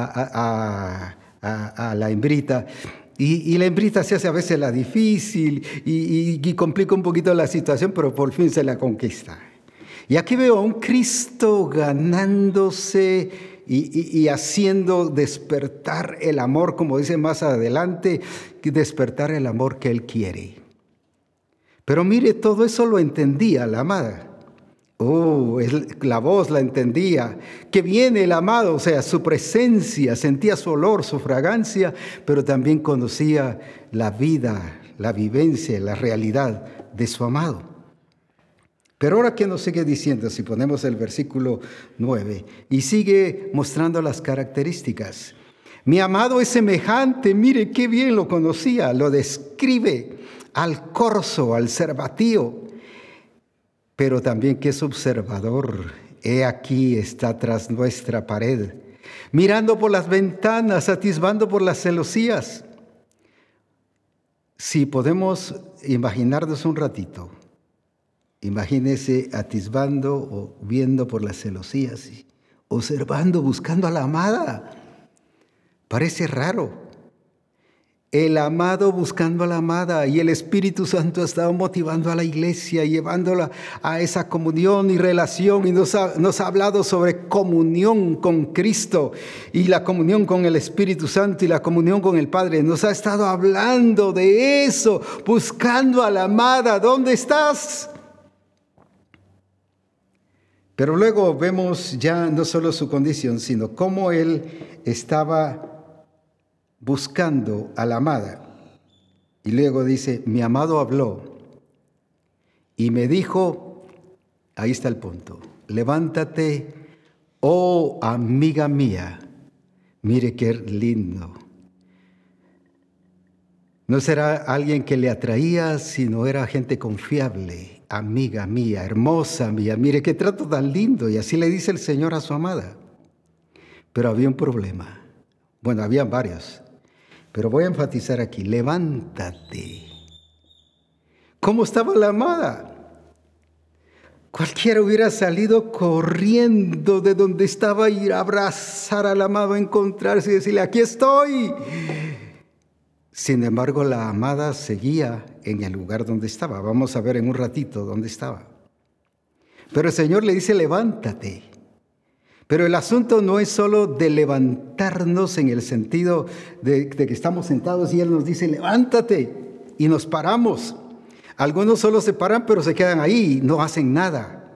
a, a, a, a la hembrita. Y, y la hembrita se hace a veces la difícil y, y, y complica un poquito la situación, pero por fin se la conquista. Y aquí veo a un Cristo ganándose y, y, y haciendo despertar el amor, como dice más adelante, despertar el amor que Él quiere. Pero mire, todo eso lo entendía la amada. Oh, la voz la entendía. Que viene el amado, o sea, su presencia, sentía su olor, su fragancia, pero también conocía la vida, la vivencia, la realidad de su amado. Pero ahora, ¿qué nos sigue diciendo? Si ponemos el versículo nueve, y sigue mostrando las características. Mi amado es semejante, mire qué bien lo conocía, lo describe al corzo, al cervatío, pero también que es observador. He aquí está tras nuestra pared, mirando por las ventanas, atisbando por las celosías. Si podemos imaginarnos un ratito, imagínese atisbando o viendo por las celosías, observando, buscando a la amada. Parece raro. El amado buscando a la amada, y el Espíritu Santo ha estado motivando a la iglesia, llevándola a esa comunión y relación, y nos ha, nos ha hablado sobre comunión con Cristo y la comunión con el Espíritu Santo y la comunión con el Padre. Nos ha estado hablando de eso, buscando a la amada. ¿Dónde estás? Pero luego vemos ya no solo su condición, sino cómo Él estaba buscando a la amada. Y luego dice, mi amado habló y me dijo, ahí está el punto, levántate, oh amiga mía. Mire qué lindo. No será alguien que le atraía, sino era gente confiable, amiga mía, hermosa mía. Mire qué trato tan lindo. Y así le dice el Señor a su amada. Pero había un problema. Bueno, habían varios. Pero voy a enfatizar aquí. Levántate. ¿Cómo estaba la amada? Cualquiera hubiera salido corriendo de donde estaba, ir a abrazar al amado, encontrarse y decirle, aquí estoy. Sin embargo, la amada seguía en el lugar donde estaba. Vamos a ver en un ratito dónde estaba. Pero el Señor le dice, levántate. Pero el asunto no es solo de levantarnos en el sentido de, de que estamos sentados y Él nos dice, levántate, y nos paramos. Algunos solo se paran, pero se quedan ahí y no hacen nada.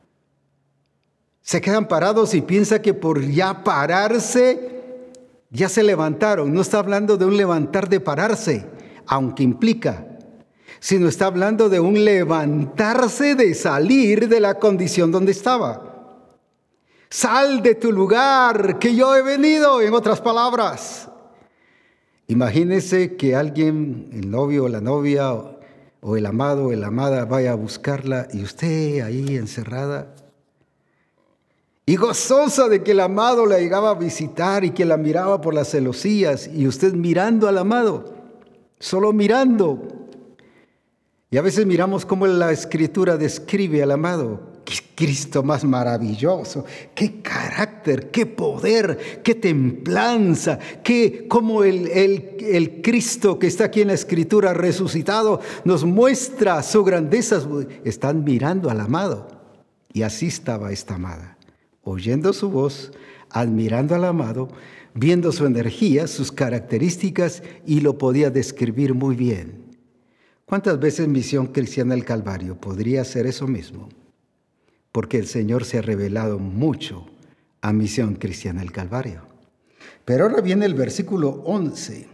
Se quedan parados y piensan que por ya pararse, ya se levantaron. No está hablando de un levantar de pararse, aunque implica, sino está hablando de un levantarse de salir de la condición donde estaba. Sal de tu lugar, que yo he venido, en otras palabras. Imagínese que alguien, el novio o la novia, o el amado o la amada, vaya a buscarla y usted ahí encerrada. Y gozosa de que el amado la llegaba a visitar y que la miraba por las celosías, y usted mirando al amado, solo mirando. Y a veces miramos cómo la Escritura describe al amado. ¡Qué Cristo más maravilloso! ¡Qué carácter! ¡Qué poder! ¡Qué templanza! ¡Qué cómo el, el, el Cristo que está aquí en la Escritura resucitado nos muestra su grandeza! Están mirando al amado. Y así estaba esta amada, oyendo su voz, admirando al amado, viendo su energía, sus características, y lo podía describir muy bien. ¿Cuántas veces Misión Cristiana del Calvario podría hacer eso mismo? Porque el Señor se ha revelado mucho a Misión Cristiana del Calvario. Pero ahora viene el versículo once.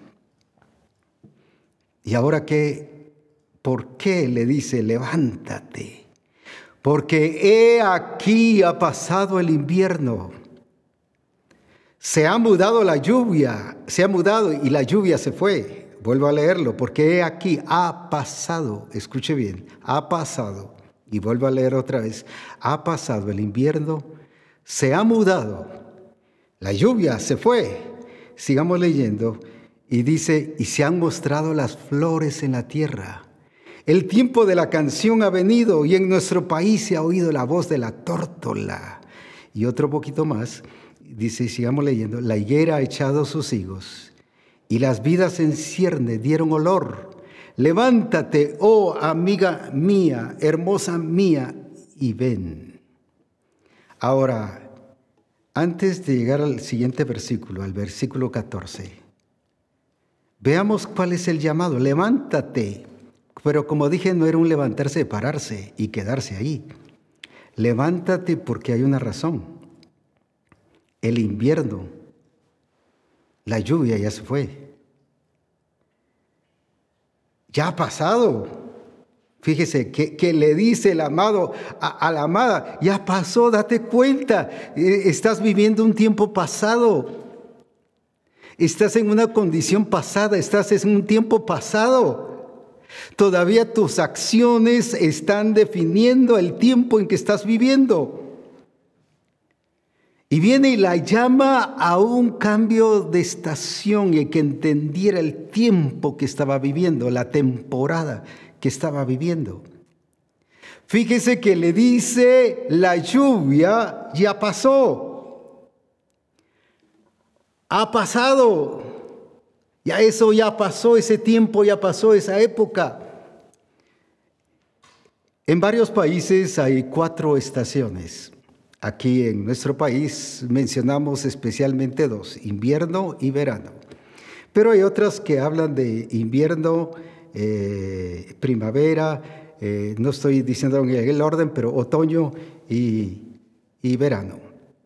¿Y ahora qué? ¿Por qué le dice levántate? Porque he aquí ha pasado el invierno. Se ha mudado la lluvia, se ha mudado y la lluvia se fue. Vuelvo a leerlo, porque he aquí ha pasado, escuche bien, ha pasado. Y vuelvo a leer otra vez, ha pasado el invierno, se ha mudado, la lluvia se fue. Sigamos leyendo y dice, y se han mostrado las flores en la tierra. El tiempo de la canción ha venido y en nuestro país se ha oído la voz de la tórtola. Y otro poquito más, dice, sigamos leyendo, la higuera ha echado sus higos y las vidas en cierne dieron olor. Levántate, oh amiga mía, hermosa mía, y ven. Ahora, antes de llegar al siguiente versículo, al versículo catorce, veamos cuál es el llamado. Levántate. Pero como dije, no era un levantarse de pararse y quedarse ahí. Levántate porque hay una razón. El invierno, la lluvia ya se fue. Ya ha pasado. Fíjese que, que le dice el amado a, a la amada, ya pasó, date cuenta, estás viviendo un tiempo pasado. Estás en una condición pasada, estás en un tiempo pasado. Todavía tus acciones están definiendo el tiempo en que estás viviendo. Y viene y la llama a un cambio de estación y que entendiera el tiempo que estaba viviendo, la temporada que estaba viviendo. Fíjese que le dice, la lluvia ya pasó. Ha pasado. Ya eso ya pasó, ese tiempo ya pasó, esa época. En varios países hay cuatro estaciones. Aquí en nuestro país mencionamos especialmente dos, invierno y verano. Pero hay otras que hablan de invierno, eh, primavera, eh, no estoy diciendo en el orden, pero otoño y, y verano.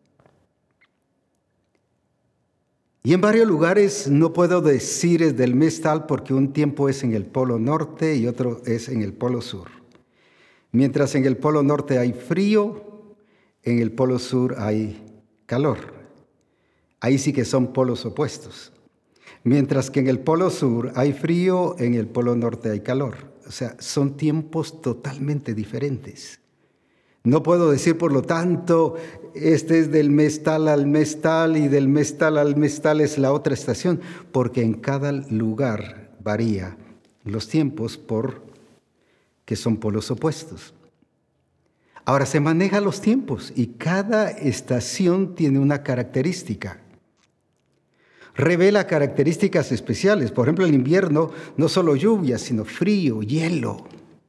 Y en varios lugares no puedo decir del mes tal porque un tiempo es en el polo norte y otro es en el polo sur. Mientras en el polo norte hay frío, en el polo sur hay calor. Ahí sí que son polos opuestos. Mientras que en el Polo Sur hay frío, en el Polo Norte hay calor. O sea, son tiempos totalmente diferentes. No puedo decir, por lo tanto, este es del mes tal al mes tal y del mes tal al mes tal es la otra estación, porque en cada lugar varía los tiempos porque son polos opuestos. Ahora se manejan los tiempos y cada estación tiene una característica. Revela características especiales. Por ejemplo, el invierno no solo lluvia, sino frío, hielo.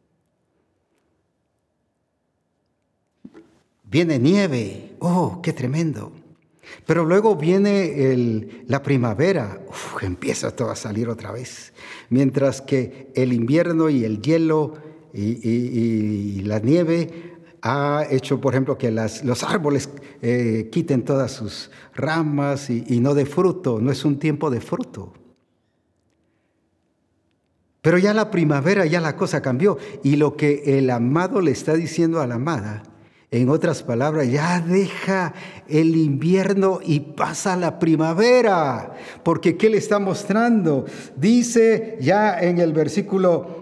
Viene nieve. ¡Oh, qué tremendo! Pero luego viene el, la primavera. Uf, empieza todo a salir otra vez. Mientras que el invierno y el hielo y, y, y la nieve ha hecho, por ejemplo, que las, los árboles eh, quiten todas sus ramas y, y no de fruto. No es un tiempo de fruto. Pero ya la primavera, ya la cosa cambió. Y lo que el amado le está diciendo a la amada, en otras palabras, ya deja el invierno y pasa la primavera. Porque ¿qué le está mostrando? Dice ya en el versículo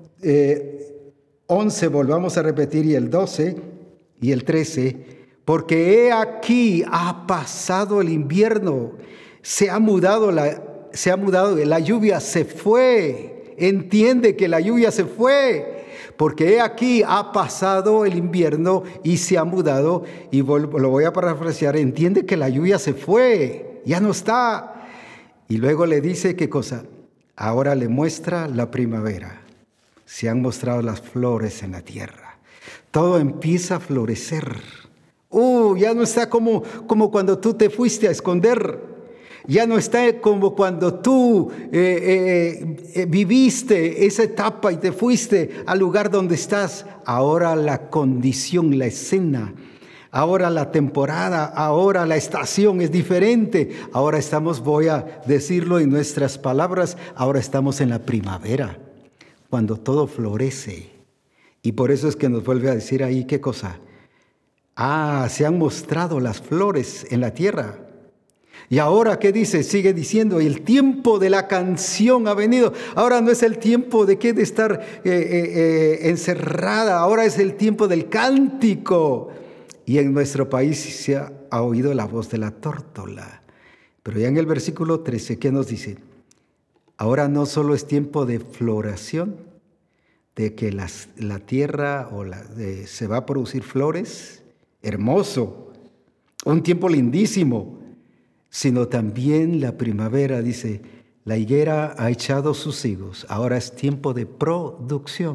eh, once, volvamos a repetir, y el doce y el trece, porque he aquí ha pasado el invierno, se ha mudado la, se ha mudado, la lluvia se fue. Entiende que la lluvia se fue. Porque he aquí ha pasado el invierno y se ha mudado, y lo voy a parafrasear, entiende que la lluvia se fue, ya no está. Y luego le dice, ¿qué cosa? Ahora le muestra la primavera. Se han mostrado las flores en la tierra. Todo empieza a florecer. Uh, ya no está como, como cuando tú te fuiste a esconder. Ya no está como cuando tú eh, eh, eh, viviste esa etapa y te fuiste al lugar donde estás. Ahora la condición, la escena, ahora la temporada, ahora la estación es diferente. Ahora estamos, voy a decirlo en nuestras palabras, ahora estamos en la primavera, cuando todo florece. Y por eso es que nos vuelve a decir ahí, ¿qué cosa? Ah, se han mostrado las flores en la tierra. Y ahora, ¿qué dice? Sigue diciendo, el tiempo de la canción ha venido. Ahora no es el tiempo de qué, de estar eh, eh, eh, encerrada. Ahora es el tiempo del cántico. Y en nuestro país se ha, ha oído la voz de la tórtola. Pero ya en el versículo trece, ¿qué nos dice? Ahora no solo es tiempo de floración, de que las, la tierra o la, de, se va a producir flores, hermoso, un tiempo lindísimo, sino también la primavera, dice, la higuera ha echado sus higos, ahora es tiempo de producción.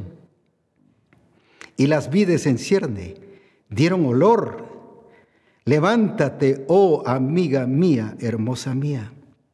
Y las vides en cierne dieron olor. Levántate, oh amiga mía, hermosa mía.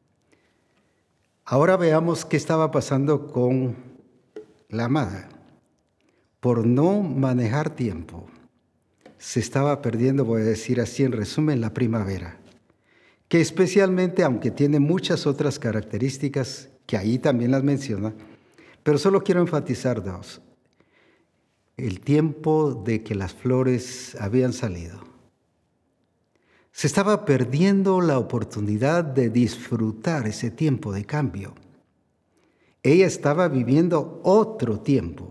Ahora veamos qué estaba pasando con la amada. Por no manejar tiempo, se estaba perdiendo, voy a decir así en resumen, la primavera. Que especialmente, aunque tiene muchas otras características, que ahí también las menciona, pero solo quiero enfatizar dos. El tiempo de que las flores habían salido. Se estaba perdiendo la oportunidad de disfrutar ese tiempo de cambio. Ella estaba viviendo otro tiempo.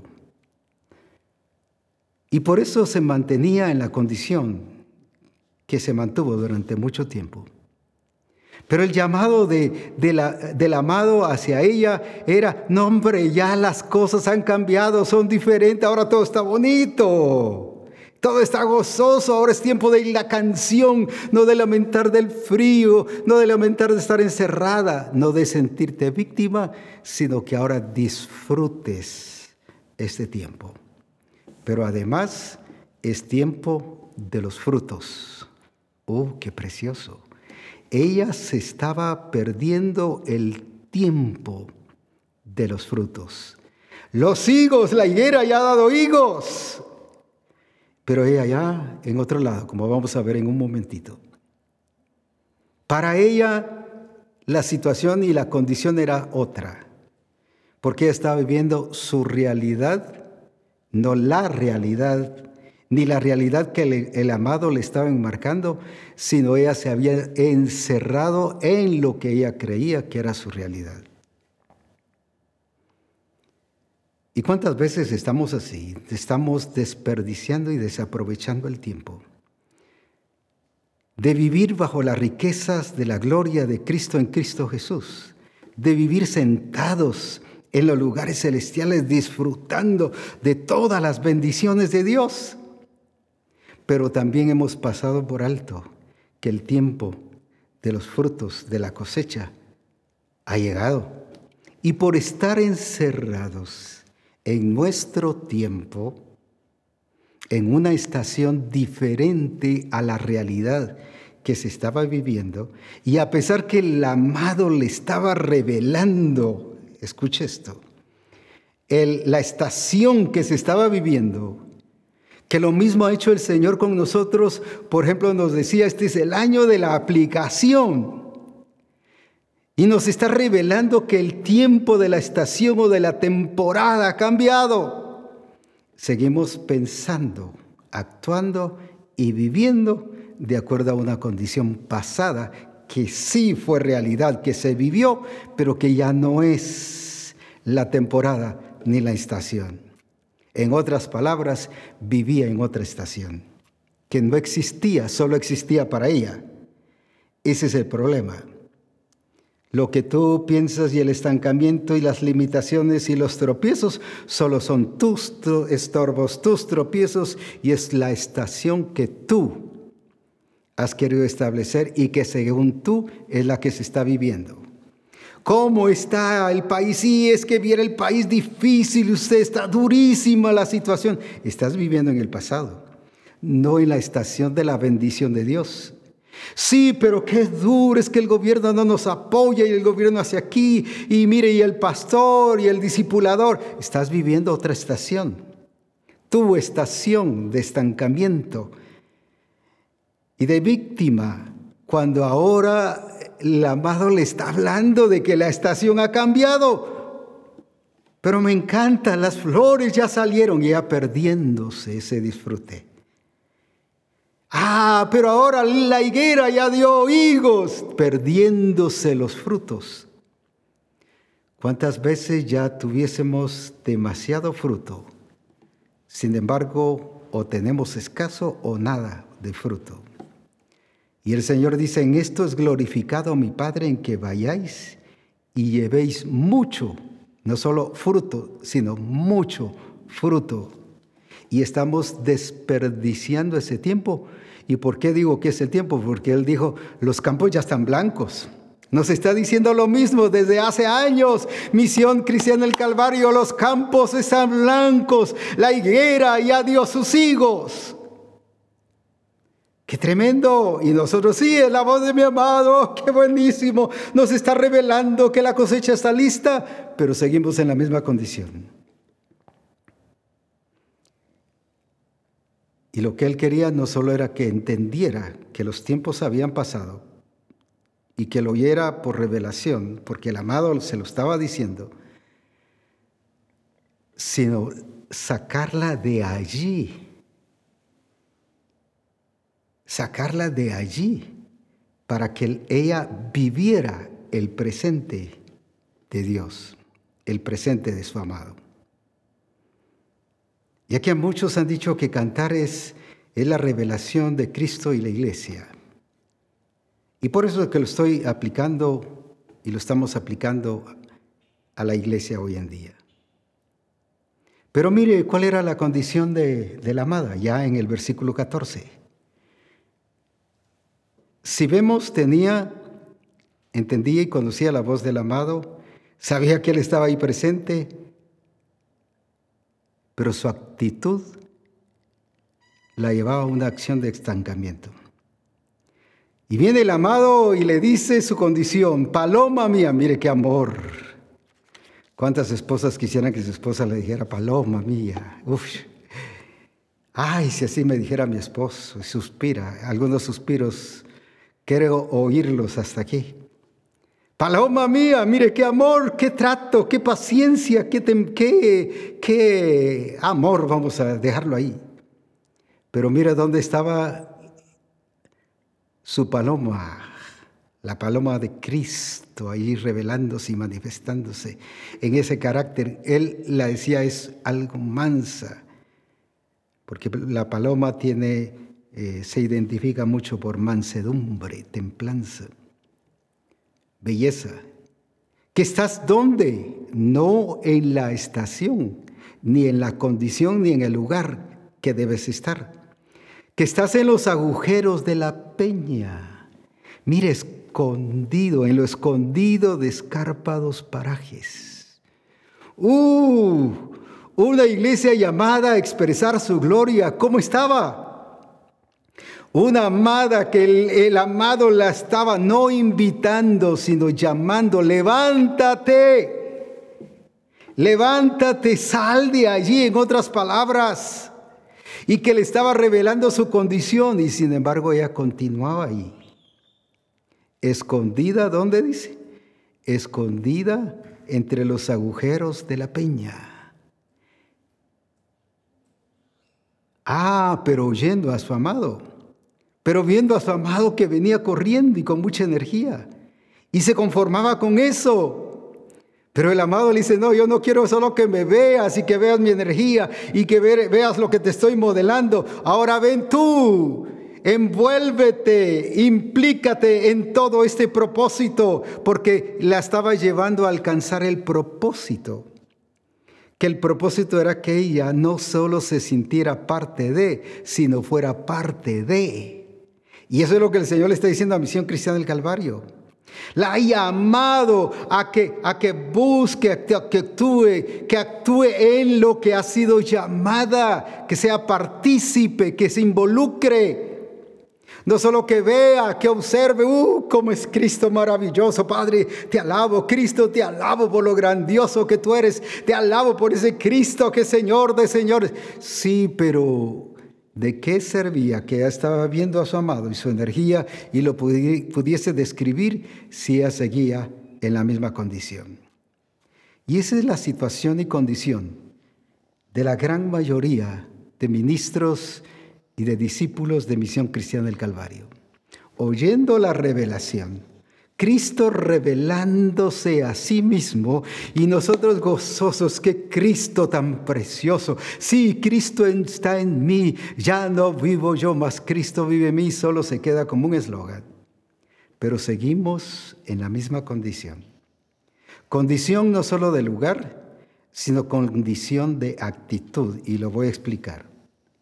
Y por eso se mantenía en la condición que se mantuvo durante mucho tiempo. Pero el llamado de, de la, del amado hacia ella era, no hombre, ya las cosas han cambiado, son diferentes, ahora todo está bonito, todo está gozoso, ahora es tiempo de la canción, no de lamentar del frío, no de lamentar de estar encerrada, no de sentirte víctima, sino que ahora disfrutes este tiempo. Pero además es tiempo de los frutos. ¡Oh, qué precioso! Ella se estaba perdiendo el tiempo de los frutos. Los higos, la higuera ya ha dado higos. Pero ella ya en otro lado, como vamos a ver en un momentito. Para ella la situación y la condición era otra. Porque ella estaba viviendo su realidad, no la realidad, ni la realidad que el, el amado le estaba enmarcando, sino ella se había encerrado en lo que ella creía que era su realidad. ¿Y cuántas veces estamos así? Estamos desperdiciando y desaprovechando el tiempo de vivir bajo las riquezas de la gloria de Cristo en Cristo Jesús, de vivir sentados en los lugares celestiales disfrutando de todas las bendiciones de Dios. Pero también hemos pasado por alto que el tiempo de los frutos de la cosecha ha llegado. Y por estar encerrados en nuestro tiempo, en una estación diferente a la realidad que se estaba viviendo, y a pesar que el amado le estaba revelando, escuche esto, el, la estación que se estaba viviendo, que lo mismo ha hecho el Señor con nosotros. Por ejemplo, nos decía, este es el año de la aplicación. Y nos está revelando que el tiempo de la estación o de la temporada ha cambiado. Seguimos pensando, actuando y viviendo de acuerdo a una condición pasada que sí fue realidad, que se vivió, pero que ya no es la temporada ni la estación. En otras palabras, vivía en otra estación, que no existía, solo existía para ella. Ese es el problema. Lo que tú piensas y el estancamiento y las limitaciones y los tropiezos solo son tus estorbos, tus tropiezos, y es la estación que tú has querido establecer y que según tú es la que se está viviendo. ¿Cómo está el país? Sí, es que viene el país difícil, usted está durísima la situación. Estás viviendo en el pasado, no en la estación de la bendición de Dios. Sí, pero qué duro, es que el gobierno no nos apoya y el gobierno hacia aquí, y mire, y el pastor y el discipulador. Estás viviendo otra estación, tu estación de estancamiento y de víctima, cuando ahora el amado le está hablando de que la estación ha cambiado. Pero me encanta, las flores ya salieron, y ya perdiéndose ese disfrute. Ah, pero ahora la higuera ya dio higos, perdiéndose los frutos. ¿Cuántas veces ya tuviésemos demasiado fruto? Sin embargo, o tenemos escaso o nada de fruto. Y el Señor dice, en esto es glorificado mi Padre, en que vayáis y llevéis mucho, no solo fruto, sino mucho fruto. Y estamos desperdiciando ese tiempo. ¿Y por qué digo que es el tiempo? Porque Él dijo, los campos ya están blancos. Nos está diciendo lo mismo desde hace años. Misión Cristiana del Calvario, los campos están blancos. La higuera ya dio sus higos. ¡Qué tremendo! Y nosotros, sí, es la voz de mi amado, ¡qué buenísimo! Nos está revelando que la cosecha está lista, pero seguimos en la misma condición. Y lo que Él quería no solo era que entendiera que los tiempos habían pasado y que lo oyera por revelación, porque el amado se lo estaba diciendo, sino sacarla de allí. Sacarla de allí para que ella viviera el presente de Dios, el presente de su amado. Ya que muchos han dicho que cantar es, es la revelación de Cristo y la iglesia. Y por eso es que lo estoy aplicando y lo estamos aplicando a la iglesia hoy en día. Pero mire cuál era la condición de, de la amada, ya en el versículo catorce. Si vemos, tenía, entendía y conocía la voz del amado, sabía que Él estaba ahí presente, pero su actitud la llevaba a una acción de estancamiento. Y viene el amado y le dice su condición, paloma mía, mire qué amor. ¿Cuántas esposas quisieran que su esposa le dijera, paloma mía? Uf. Ay, si así me dijera mi esposo, y suspira, algunos suspiros, quiero oírlos hasta aquí. Paloma mía, mire qué amor, qué trato, qué paciencia, qué, tem- qué, qué amor, vamos a dejarlo ahí. Pero mira dónde estaba su paloma, la paloma de Cristo, ahí revelándose y manifestándose en ese carácter. Él la decía es algo mansa, porque la paloma tiene, eh, se identifica mucho por mansedumbre, templanza, belleza. ¿Que estás dónde? No en la estación, ni en la condición, ni en el lugar que debes estar. Que estás en los agujeros de la peña. Mire, escondido, en lo escondido de escarpados parajes. ¡Uh! Una iglesia llamada a expresar su gloria. ¿Cómo estaba? Una amada que el, el amado la estaba no invitando, sino llamando. ¡Levántate! Levántate, sal de allí, en otras palabras. Y que le estaba revelando su condición, y sin embargo ella continuaba ahí. Escondida, ¿dónde dice? Escondida entre los agujeros de la peña. Ah, pero oyendo a su amado. Pero viendo a su amado que venía corriendo y con mucha energía. Y se conformaba con eso. Pero el amado le dice, no, yo no quiero solo que me veas y que veas mi energía y que veas lo que te estoy modelando. Ahora ven tú, envuélvete, implícate en todo este propósito, porque la estaba llevando a alcanzar el propósito. Que el propósito era que ella no solo se sintiera parte de, sino fuera parte de. Y eso es lo que el Señor le está diciendo a Misión Cristiana del Calvario. La ha llamado a que, a que busque, a que, a que actúe, que actúe en lo que ha sido llamada, que sea partícipe, que se involucre. No solo que vea, que observe, ¡uh! Cómo es Cristo maravilloso, Padre, te alabo, Cristo, te alabo por lo grandioso que tú eres, te alabo por ese Cristo que es Señor de señores. Sí, pero ¿de qué servía que ella estaba viendo a su amado y su energía y lo pudiese describir si ella seguía en la misma condición? Y esa es la situación y condición de la gran mayoría de ministros y de discípulos de Misión Cristiana del Calvario. Oyendo la revelación, Cristo revelándose a sí mismo y nosotros gozosos, que Cristo tan precioso. Sí, Cristo está en mí, ya no vivo yo, mas Cristo vive en mí, solo se queda como un eslogan. Pero seguimos en la misma condición. Condición no solo de lugar, sino condición de actitud, y lo voy a explicar.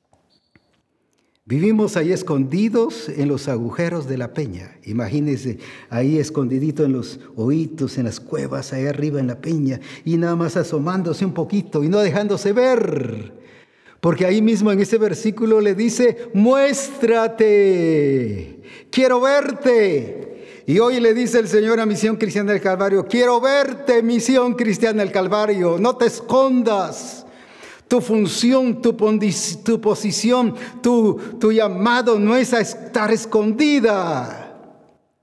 Vivimos ahí escondidos en los agujeros de la peña. Imagínense, ahí escondidito en los oídos, en las cuevas, ahí arriba en la peña, y nada más asomándose un poquito y no dejándose ver. Porque ahí mismo en ese versículo le dice, muéstrate, quiero verte. Y hoy le dice el Señor a Misión Cristiana del Calvario, quiero verte, Misión Cristiana del Calvario, no te escondas. Tu función, tu, tu posición, tu, tu llamado no es a estar escondida.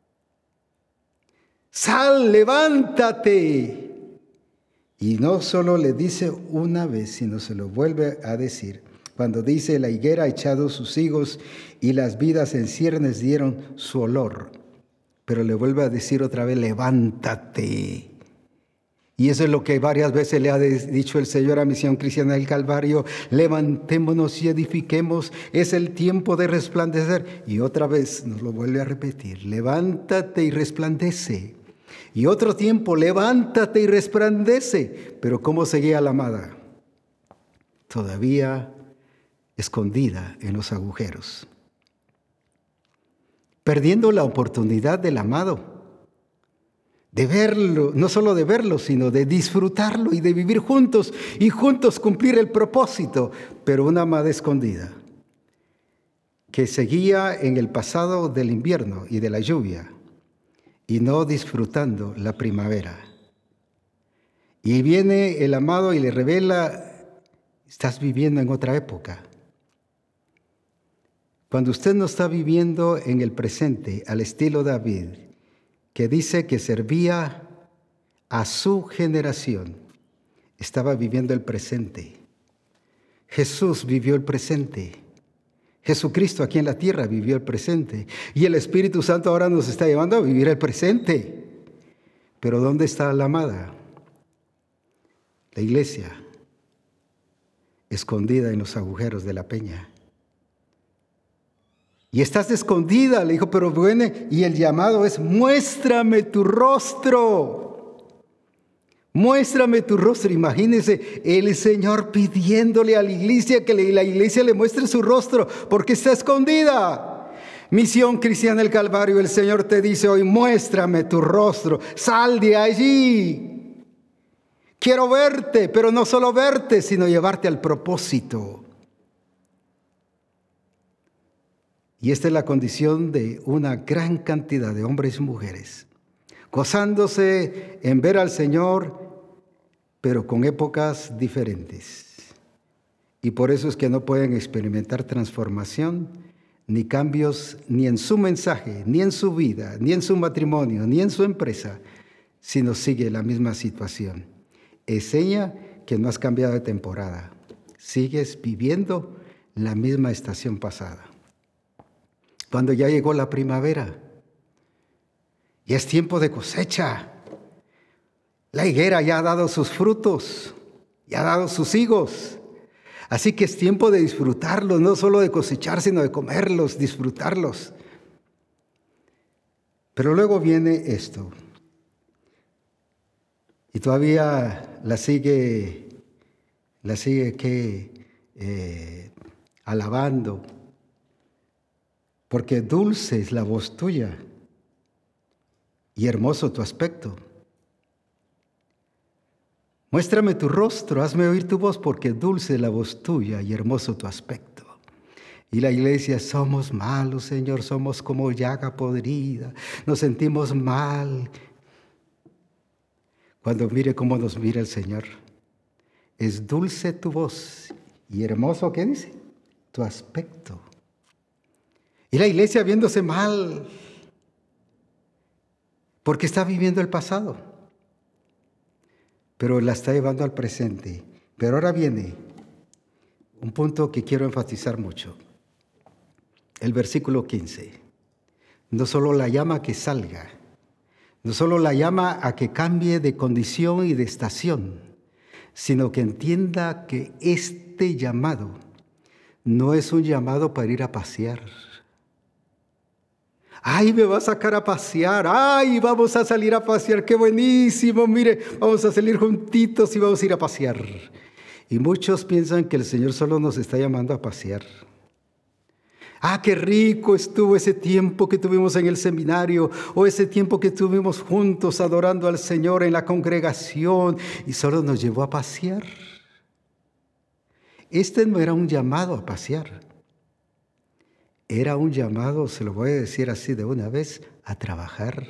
Sal, levántate. Y no solo le dice una vez, sino se lo vuelve a decir. Cuando dice, la higuera ha echado sus higos y las vidas en ciernes dieron su olor. Pero le vuelve a decir otra vez, levántate. Y eso es lo que varias veces le ha dicho el Señor a Misión Cristiana del Calvario. Levantémonos y edifiquemos. Es el tiempo de resplandecer. Y otra vez nos lo vuelve a repetir. Levántate y resplandece. Y otro tiempo, levántate y resplandece. Pero ¿cómo seguía la amada? Todavía escondida en los agujeros. Perdiendo la oportunidad del amado. De verlo, no solo de verlo, sino de disfrutarlo y de vivir juntos y juntos cumplir el propósito, pero una amada escondida que seguía en el pasado del invierno y de la lluvia y no disfrutando la primavera. Y viene el amado y le revela, estás viviendo en otra época. Cuando usted no está viviendo en el presente al estilo David, que dice que servía a su generación, estaba viviendo el presente. Jesús vivió el presente. Jesucristo aquí en la tierra vivió el presente. Y el Espíritu Santo ahora nos está llevando a vivir el presente. Pero ¿dónde está la amada? La iglesia, escondida en los agujeros de la peña. Y estás escondida, le dijo, pero viene, y el llamado es, muéstrame tu rostro. Muéstrame tu rostro. Imagínense el Señor pidiéndole a la iglesia que la iglesia le muestre su rostro porque está escondida. Misión Cristiana del Calvario, el Señor te dice hoy, muéstrame tu rostro. Sal de allí. Quiero verte, pero no solo verte, sino llevarte al propósito. Y esta es la condición de una gran cantidad de hombres y mujeres, gozándose en ver al Señor, pero con épocas diferentes. Y por eso es que no pueden experimentar transformación, ni cambios, ni en su mensaje, ni en su vida, ni en su matrimonio, ni en su empresa, sino sigue la misma situación. Es seña que no has cambiado de temporada. Sigues viviendo la misma estación pasada. Cuando ya llegó la primavera, ya es tiempo de cosecha. La higuera ya ha dado sus frutos, ya ha dado sus higos. Así que es tiempo de disfrutarlos, no solo de cosechar, sino de comerlos, disfrutarlos. Pero luego viene esto. Y todavía la sigue, la sigue ¿qué? Eh, alabando. Porque dulce es la voz tuya y hermoso tu aspecto. Muéstrame tu rostro, hazme oír tu voz, porque dulce es la voz tuya y hermoso tu aspecto. Y la iglesia, somos malos, Señor, somos como llaga podrida, nos sentimos mal. Cuando mire cómo nos mira el Señor, es dulce tu voz y hermoso, ¿qué dice? Tu aspecto. Y la iglesia viéndose mal, porque está viviendo el pasado, pero la está llevando al presente. Pero ahora viene un punto que quiero enfatizar mucho. El versículo quince. No solo la llama a que salga, no solo la llama a que cambie de condición y de estación, sino que entienda que este llamado no es un llamado para ir a pasear. ¡Ay, me va a sacar a pasear! ¡Ay, vamos a salir a pasear! ¡Qué buenísimo! Mire, vamos a salir juntitos y vamos a ir a pasear. Y muchos piensan que el Señor solo nos está llamando a pasear. ¡Ah, qué rico estuvo ese tiempo que tuvimos en el seminario! O ese tiempo que tuvimos juntos adorando al Señor en la congregación y solo nos llevó a pasear. Este no era un llamado a pasear. Era un llamado, se lo voy a decir así de una vez, a trabajar.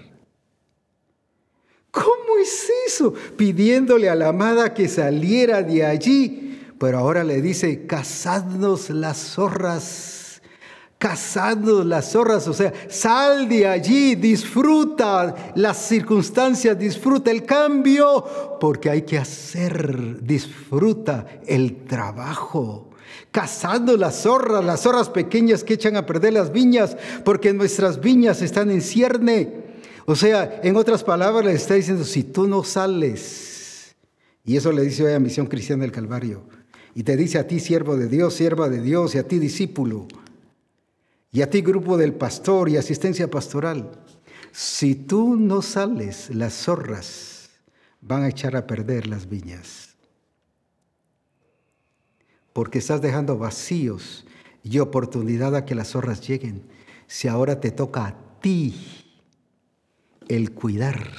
¿Cómo es eso? Pidiéndole a la amada que saliera de allí. Pero ahora le dice, cazadnos las zorras. Cazadnos las zorras. O sea, sal de allí, disfruta las circunstancias, disfruta el cambio. Porque hay que hacer, disfruta el trabajo. Cazando las zorras, las zorras pequeñas que echan a perder las viñas, porque nuestras viñas están en cierne. O sea, en otras palabras le está diciendo, si tú no sales, y eso le dice hoy a Misión Cristiana del Calvario, y te dice a ti, siervo de Dios, sierva de Dios, y a ti, discípulo, y a ti, grupo del pastor y asistencia pastoral, si tú no sales, las zorras van a echar a perder las viñas. Porque estás dejando vacíos y oportunidad a que las zorras lleguen. Si ahora te toca a ti el cuidar,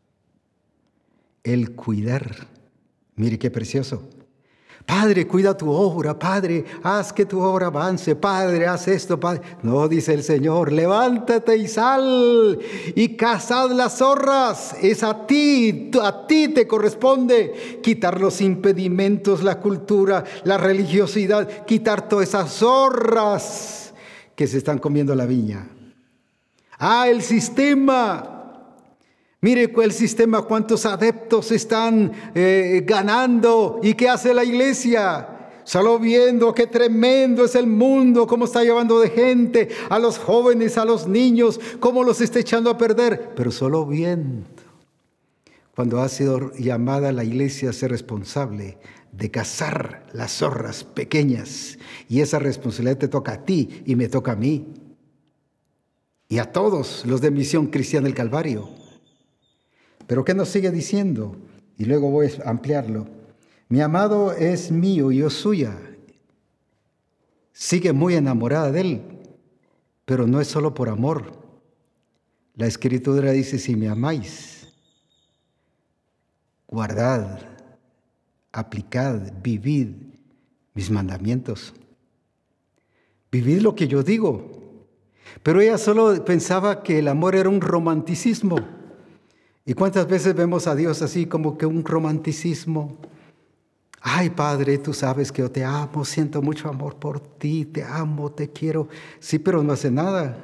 el cuidar. Mire qué precioso. Padre, cuida tu obra, Padre, haz que tu obra avance, Padre, haz esto, Padre. No, dice el Señor, levántate y sal y cazad las zorras. Es a ti, a ti te corresponde quitar los impedimentos, la cultura, la religiosidad, quitar todas esas zorras que se están comiendo la viña. Ah, el sistema. Mire el sistema, cuántos adeptos están eh, ganando. ¿Y qué hace la iglesia? solo viendo qué tremendo es el mundo, cómo está llevando de gente a los jóvenes, a los niños, cómo los está echando a perder, pero solo viendo. Cuando ha sido llamada la iglesia a ser responsable de cazar las zorras pequeñas, y esa responsabilidad te toca a ti y me toca a mí y a todos los de Misión Cristiana del Calvario. Pero ¿qué nos sigue diciendo? Y luego voy a ampliarlo. Mi amado es mío y yo suya. Sigue muy enamorada de él, pero no es solo por amor. La Escritura dice, si me amáis, guardad, aplicad, vivid mis mandamientos. Vivid lo que yo digo. Pero ella solo pensaba que el amor era un romanticismo. ¿Y cuántas veces vemos a Dios así como que un romanticismo? Ay, Padre, tú sabes que yo te amo, siento mucho amor por ti, te amo, te quiero. Sí, pero no hace nada.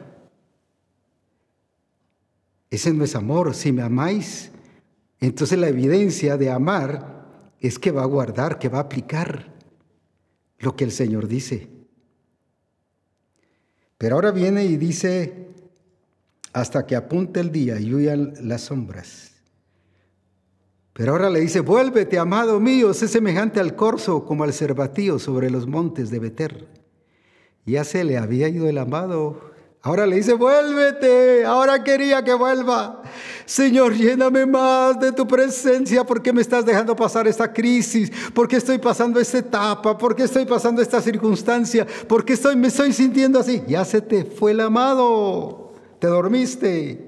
Ese no es amor. Si me amáis, entonces la evidencia de amar es que va a guardar, que va a aplicar lo que el Señor dice. Pero ahora viene y dice, hasta que apunte el día y huyan las sombras. Pero ahora le dice, vuélvete, amado mío, sé semejante al corzo como al cervatío sobre los montes de Beter. Ya se le había ido el amado. Ahora le dice, vuélvete, ahora quería que vuelva. Señor, lléname más de tu presencia. ¿Por qué me estás dejando pasar esta crisis? ¿Por qué estoy pasando esta etapa? ¿Por qué estoy pasando esta circunstancia? ¿Por qué estoy, me estoy sintiendo así? Ya se te fue el amado, te dormiste.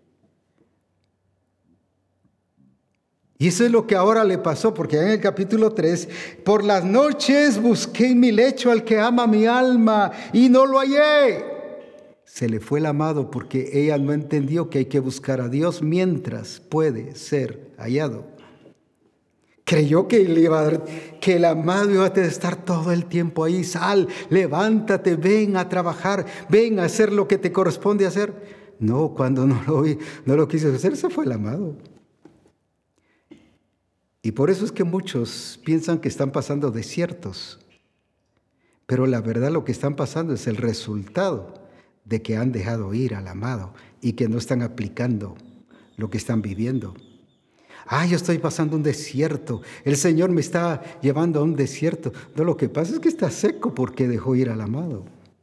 Y eso es lo que ahora le pasó, porque en el capítulo tres, por las noches busqué en mi lecho al que ama mi alma y no lo hallé. Se le fue el amado porque ella no entendió que hay que buscar a Dios mientras puede ser hallado. Creyó que, le iba a dar, que el amado iba a estar todo el tiempo ahí. Sal, levántate, ven a trabajar, ven a hacer lo que te corresponde hacer. No, cuando no lo, no lo quiso hacer, se fue el amado. Y por eso es que muchos piensan que están pasando desiertos. Pero la verdad lo que están pasando es el resultado de que han dejado ir al amado y que no están aplicando lo que están viviendo. Ah, yo estoy pasando un desierto. El Señor me está llevando a un desierto. No, lo que pasa es que está seco porque dejó ir al amado.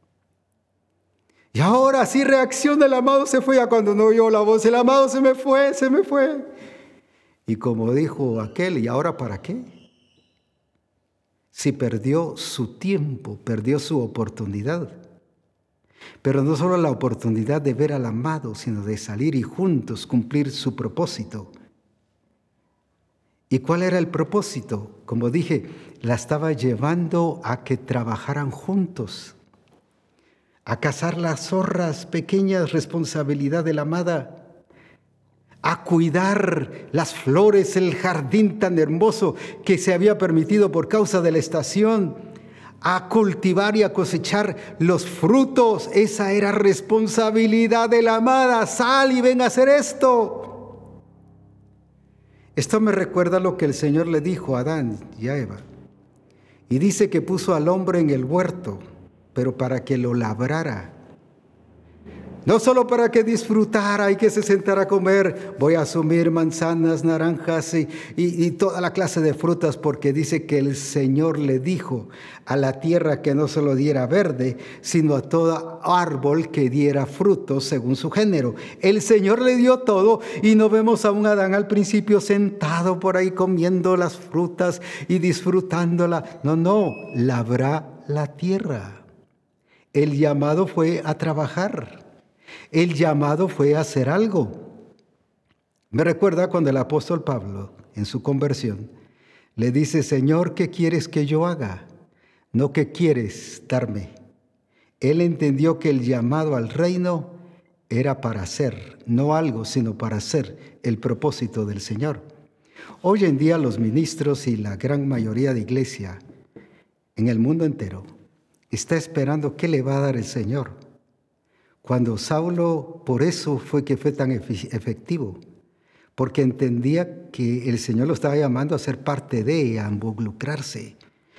Y ahora sí reacciona el amado, se fue. Ya cuando no oyó la voz, el amado se me fue, se me fue. Y como dijo aquel, ¿y ahora para qué? Si perdió su tiempo, perdió su oportunidad. Pero no solo la oportunidad de ver al amado, sino de salir y juntos cumplir su propósito. ¿Y cuál era el propósito? Como dije, la estaba llevando a que trabajaran juntos, a cazar las zorras pequeñas, responsabilidad de la amada, a cuidar las flores, el jardín tan hermoso que se había permitido por causa de la estación, a cultivar y a cosechar los frutos. Esa era responsabilidad de la amada. Sal y ven a hacer esto. Esto me recuerda lo que el Señor le dijo a Adán y a Eva. Y dice que puso al hombre en el huerto, pero para que lo labrara. No solo para que disfrutara y que se sentara a comer. Voy a asumir manzanas, naranjas y, y, y toda la clase de frutas, porque dice que el Señor le dijo a la tierra que no solo diera verde, sino a todo árbol que diera frutos según su género. El Señor le dio todo y no vemos a un Adán al principio sentado por ahí comiendo las frutas y disfrutándola. No, no, labra la tierra. El llamado fue a trabajar. El llamado fue a hacer algo. Me recuerda cuando el apóstol Pablo, en su conversión, le dice, Señor, ¿qué quieres que yo haga? No, ¿qué quieres darme? Él entendió que el llamado al reino era para hacer, no algo, sino para hacer el propósito del Señor. Hoy en día los ministros y la gran mayoría de iglesia en el mundo entero está esperando qué le va a dar el Señor. Cuando Saulo, por eso fue que fue tan efectivo, porque entendía que el Señor lo estaba llamando a ser parte de, a involucrarse.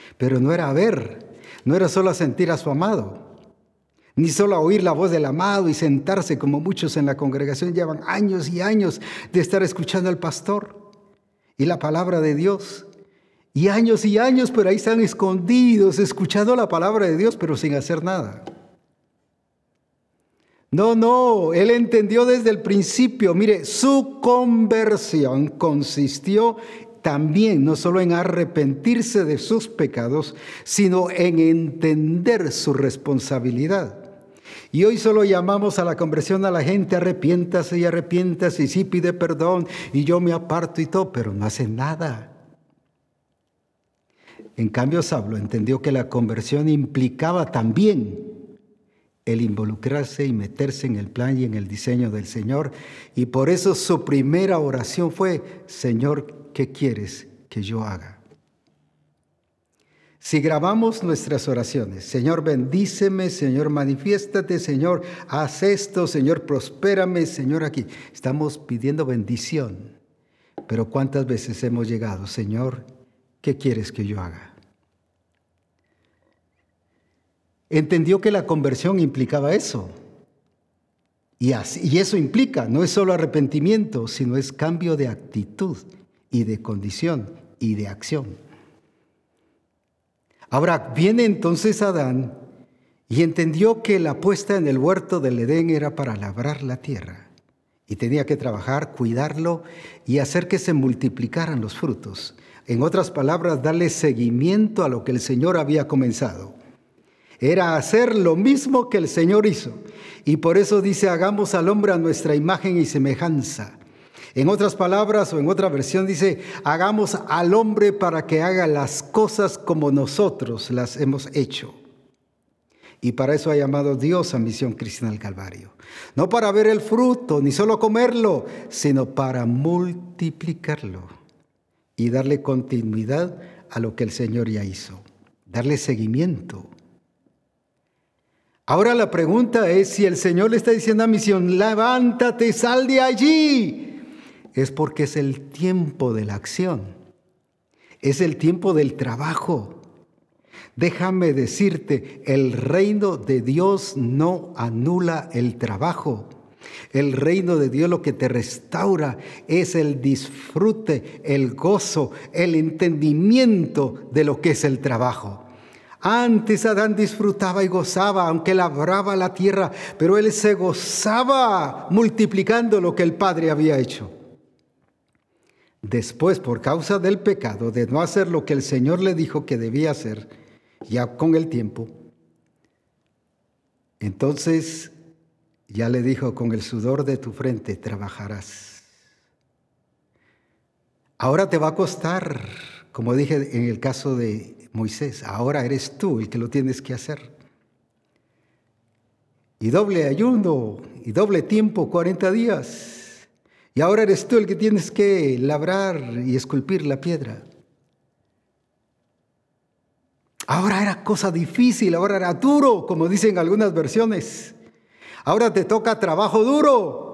Pero no era ver, no era solo sentir a su amado, ni solo oír la voz del amado y sentarse como muchos en la congregación llevan años y años de estar escuchando al pastor y la palabra de Dios. Y años y años, pero ahí están escondidos, escuchando la palabra de Dios, pero sin hacer nada. No, no, él entendió desde el principio. Mire, su conversión consistió también no solo en arrepentirse de sus pecados, sino en entender su responsabilidad. Y hoy solo llamamos a la conversión a la gente, arrepiéntase y arrepiéntase, y sí pide perdón, y yo me aparto y todo, pero no hace nada. En cambio, Saulo entendió que la conversión implicaba también el involucrarse y meterse en el plan y en el diseño del Señor. Y por eso su primera oración fue: Señor, ¿qué quieres que yo haga? Si grabamos nuestras oraciones: Señor, bendíceme, Señor, manifiéstate, Señor, haz esto, Señor, prospérame, Señor, aquí. Estamos pidiendo bendición. Pero ¿cuántas veces hemos llegado: Señor, ¿qué quieres que yo haga? Entendió que la conversión implicaba eso. Y, así, y eso implica, no es solo arrepentimiento, sino es cambio de actitud y de condición y de acción. Ahora viene entonces Adán y entendió que la puesta en el huerto del Edén era para labrar la tierra. Y tenía que trabajar, cuidarlo y hacer que se multiplicaran los frutos. En otras palabras, darle seguimiento a lo que el Señor había comenzado. Era hacer lo mismo que el Señor hizo. Y por eso dice: hagamos al hombre a nuestra imagen y semejanza. En otras palabras, o en otra versión dice: hagamos al hombre para que haga las cosas como nosotros las hemos hecho. Y para eso ha llamado Dios a Misión Cristiana del Calvario. No para ver el fruto, ni solo comerlo, sino para multiplicarlo y darle continuidad a lo que el Señor ya hizo. Darle seguimiento. Ahora la pregunta es: si el Señor le está diciendo a Misión, levántate, sal de allí, es porque es el tiempo de la acción, es el tiempo del trabajo. Déjame decirte, el reino de Dios no anula el trabajo. El reino de Dios lo que te restaura es el disfrute, el gozo, el entendimiento de lo que es el trabajo. Antes Adán disfrutaba y gozaba, aunque labraba la tierra, pero él se gozaba multiplicando lo que el Padre había hecho. Después, por causa del pecado, de no hacer lo que el Señor le dijo que debía hacer, ya con el tiempo, entonces ya le dijo: con el sudor de tu frente trabajarás. Ahora te va a costar, como dije en el caso de Moisés, ahora eres tú el que lo tienes que hacer. Y doble ayuno, y doble tiempo, cuarenta días. Y ahora eres tú el que tienes que labrar y esculpir la piedra. Ahora era cosa difícil, ahora era duro, como dicen algunas versiones. Ahora te toca trabajo duro.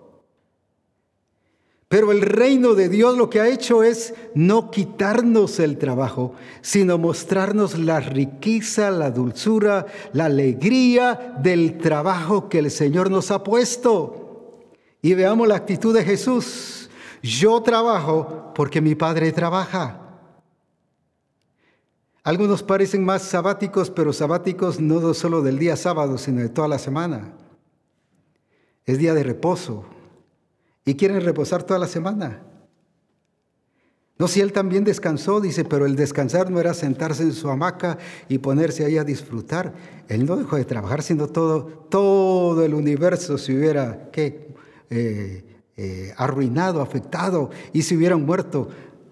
Pero el reino de Dios lo que ha hecho es no quitarnos el trabajo, sino mostrarnos la riqueza, la dulzura, la alegría del trabajo que el Señor nos ha puesto. Y veamos la actitud de Jesús: yo trabajo porque mi Padre trabaja. Algunos parecen más sabáticos, pero sabáticos no solo del día sábado, sino de toda la semana. Es día de reposo. Y quieren reposar toda la semana. No, si él también descansó, dice, pero el descansar no era sentarse en su hamaca y ponerse ahí a disfrutar. Él no dejó de trabajar, sino todo, todo el universo se hubiera ¿qué? Eh, eh, arruinado, afectado, y se hubieran muerto.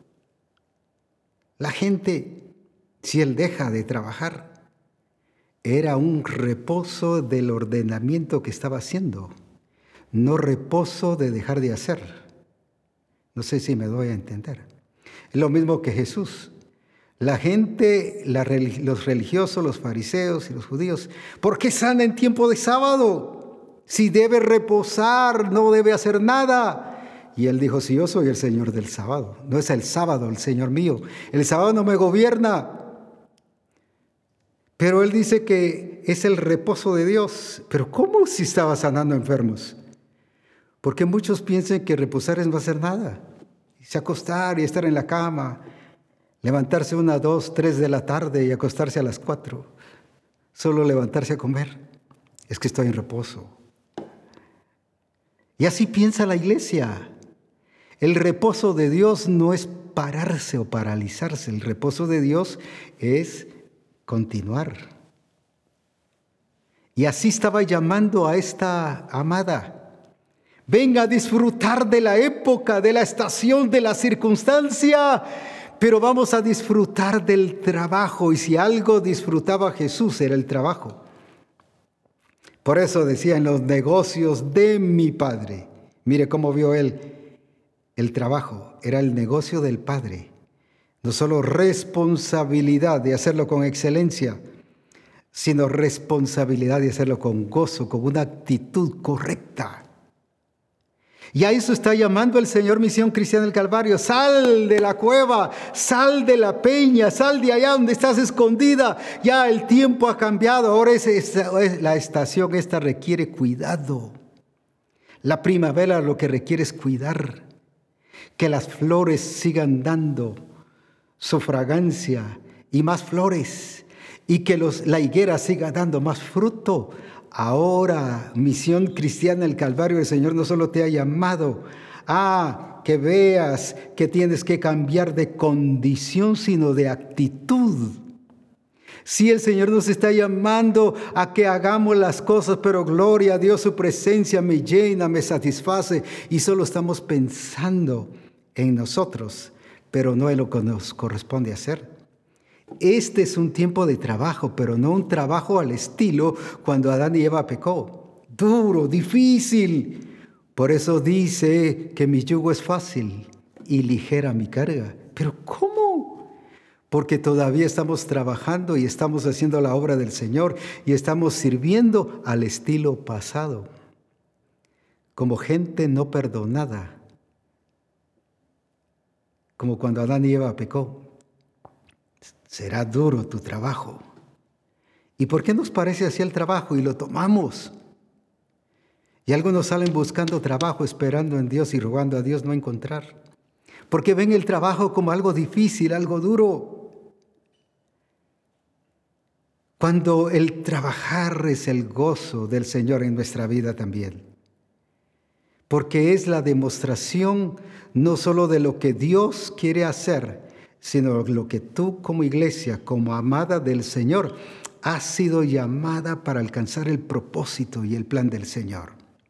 La gente, si él deja de trabajar, era un reposo del ordenamiento que estaba haciendo. No reposo de dejar de hacer. No sé si me doy a entender. Es lo mismo que Jesús. La gente, la, los religiosos, los fariseos y los judíos, ¿por qué sana en tiempo de sábado? Si debe reposar, no debe hacer nada. Y él dijo: si yo soy el Señor del sábado, no es el sábado el Señor mío. El sábado no me gobierna. Pero él dice que es el reposo de Dios. Pero ¿cómo si estaba sanando enfermos? Porque muchos piensan que reposar es no hacer nada. Se acostar y estar en la cama, levantarse una, dos, tres de la tarde y acostarse a las cuatro. Solo levantarse a comer. Es que estoy en reposo. Y así piensa la iglesia. El reposo de Dios no es pararse o paralizarse. El reposo de Dios es continuar. Y así estaba llamando a esta amada. Venga a disfrutar de la época, de la estación, de la circunstancia, pero vamos a disfrutar del trabajo. Y si algo disfrutaba Jesús era el trabajo. Por eso decía, en los negocios de mi Padre. Mire cómo vio él el trabajo. Era el negocio del Padre. No solo responsabilidad de hacerlo con excelencia, sino responsabilidad de hacerlo con gozo, con una actitud correcta. Y a eso está llamando el Señor Misión Cristiana del Calvario. Sal de la cueva, sal de la peña, sal de allá donde estás escondida. Ya el tiempo ha cambiado, ahora es, es, es la estación esta requiere cuidado. La primavera lo que requiere es cuidar, que las flores sigan dando su fragancia y más flores, y que los, la higuera siga dando más fruto. Ahora, Misión Cristiana del Calvario, el Señor no solo te ha llamado a que veas que tienes que cambiar de condición, sino de actitud. Sí, el Señor nos está llamando a que hagamos las cosas, pero gloria a Dios, su presencia me llena, me satisface, y solo estamos pensando en nosotros, pero no en lo que nos corresponde hacer. Este es un tiempo de trabajo, pero no un trabajo al estilo cuando Adán y Eva pecó. Duro, difícil. Por eso dice que mi yugo es fácil y ligera mi carga. ¿Pero cómo? Porque todavía estamos trabajando y estamos haciendo la obra del Señor y estamos sirviendo al estilo pasado, como gente no perdonada, como cuando Adán y Eva pecó. Será duro tu trabajo. ¿Y por qué nos parece así el trabajo y lo tomamos? Y algunos salen buscando trabajo, esperando en Dios y rogando a Dios no encontrar. Porque ven el trabajo como algo difícil, algo duro. Cuando el trabajar es el gozo del Señor en nuestra vida también. Porque es la demostración no solo de lo que Dios quiere hacer, sino lo que tú como iglesia, como amada del Señor, has sido llamada para alcanzar el propósito y el plan del Señor.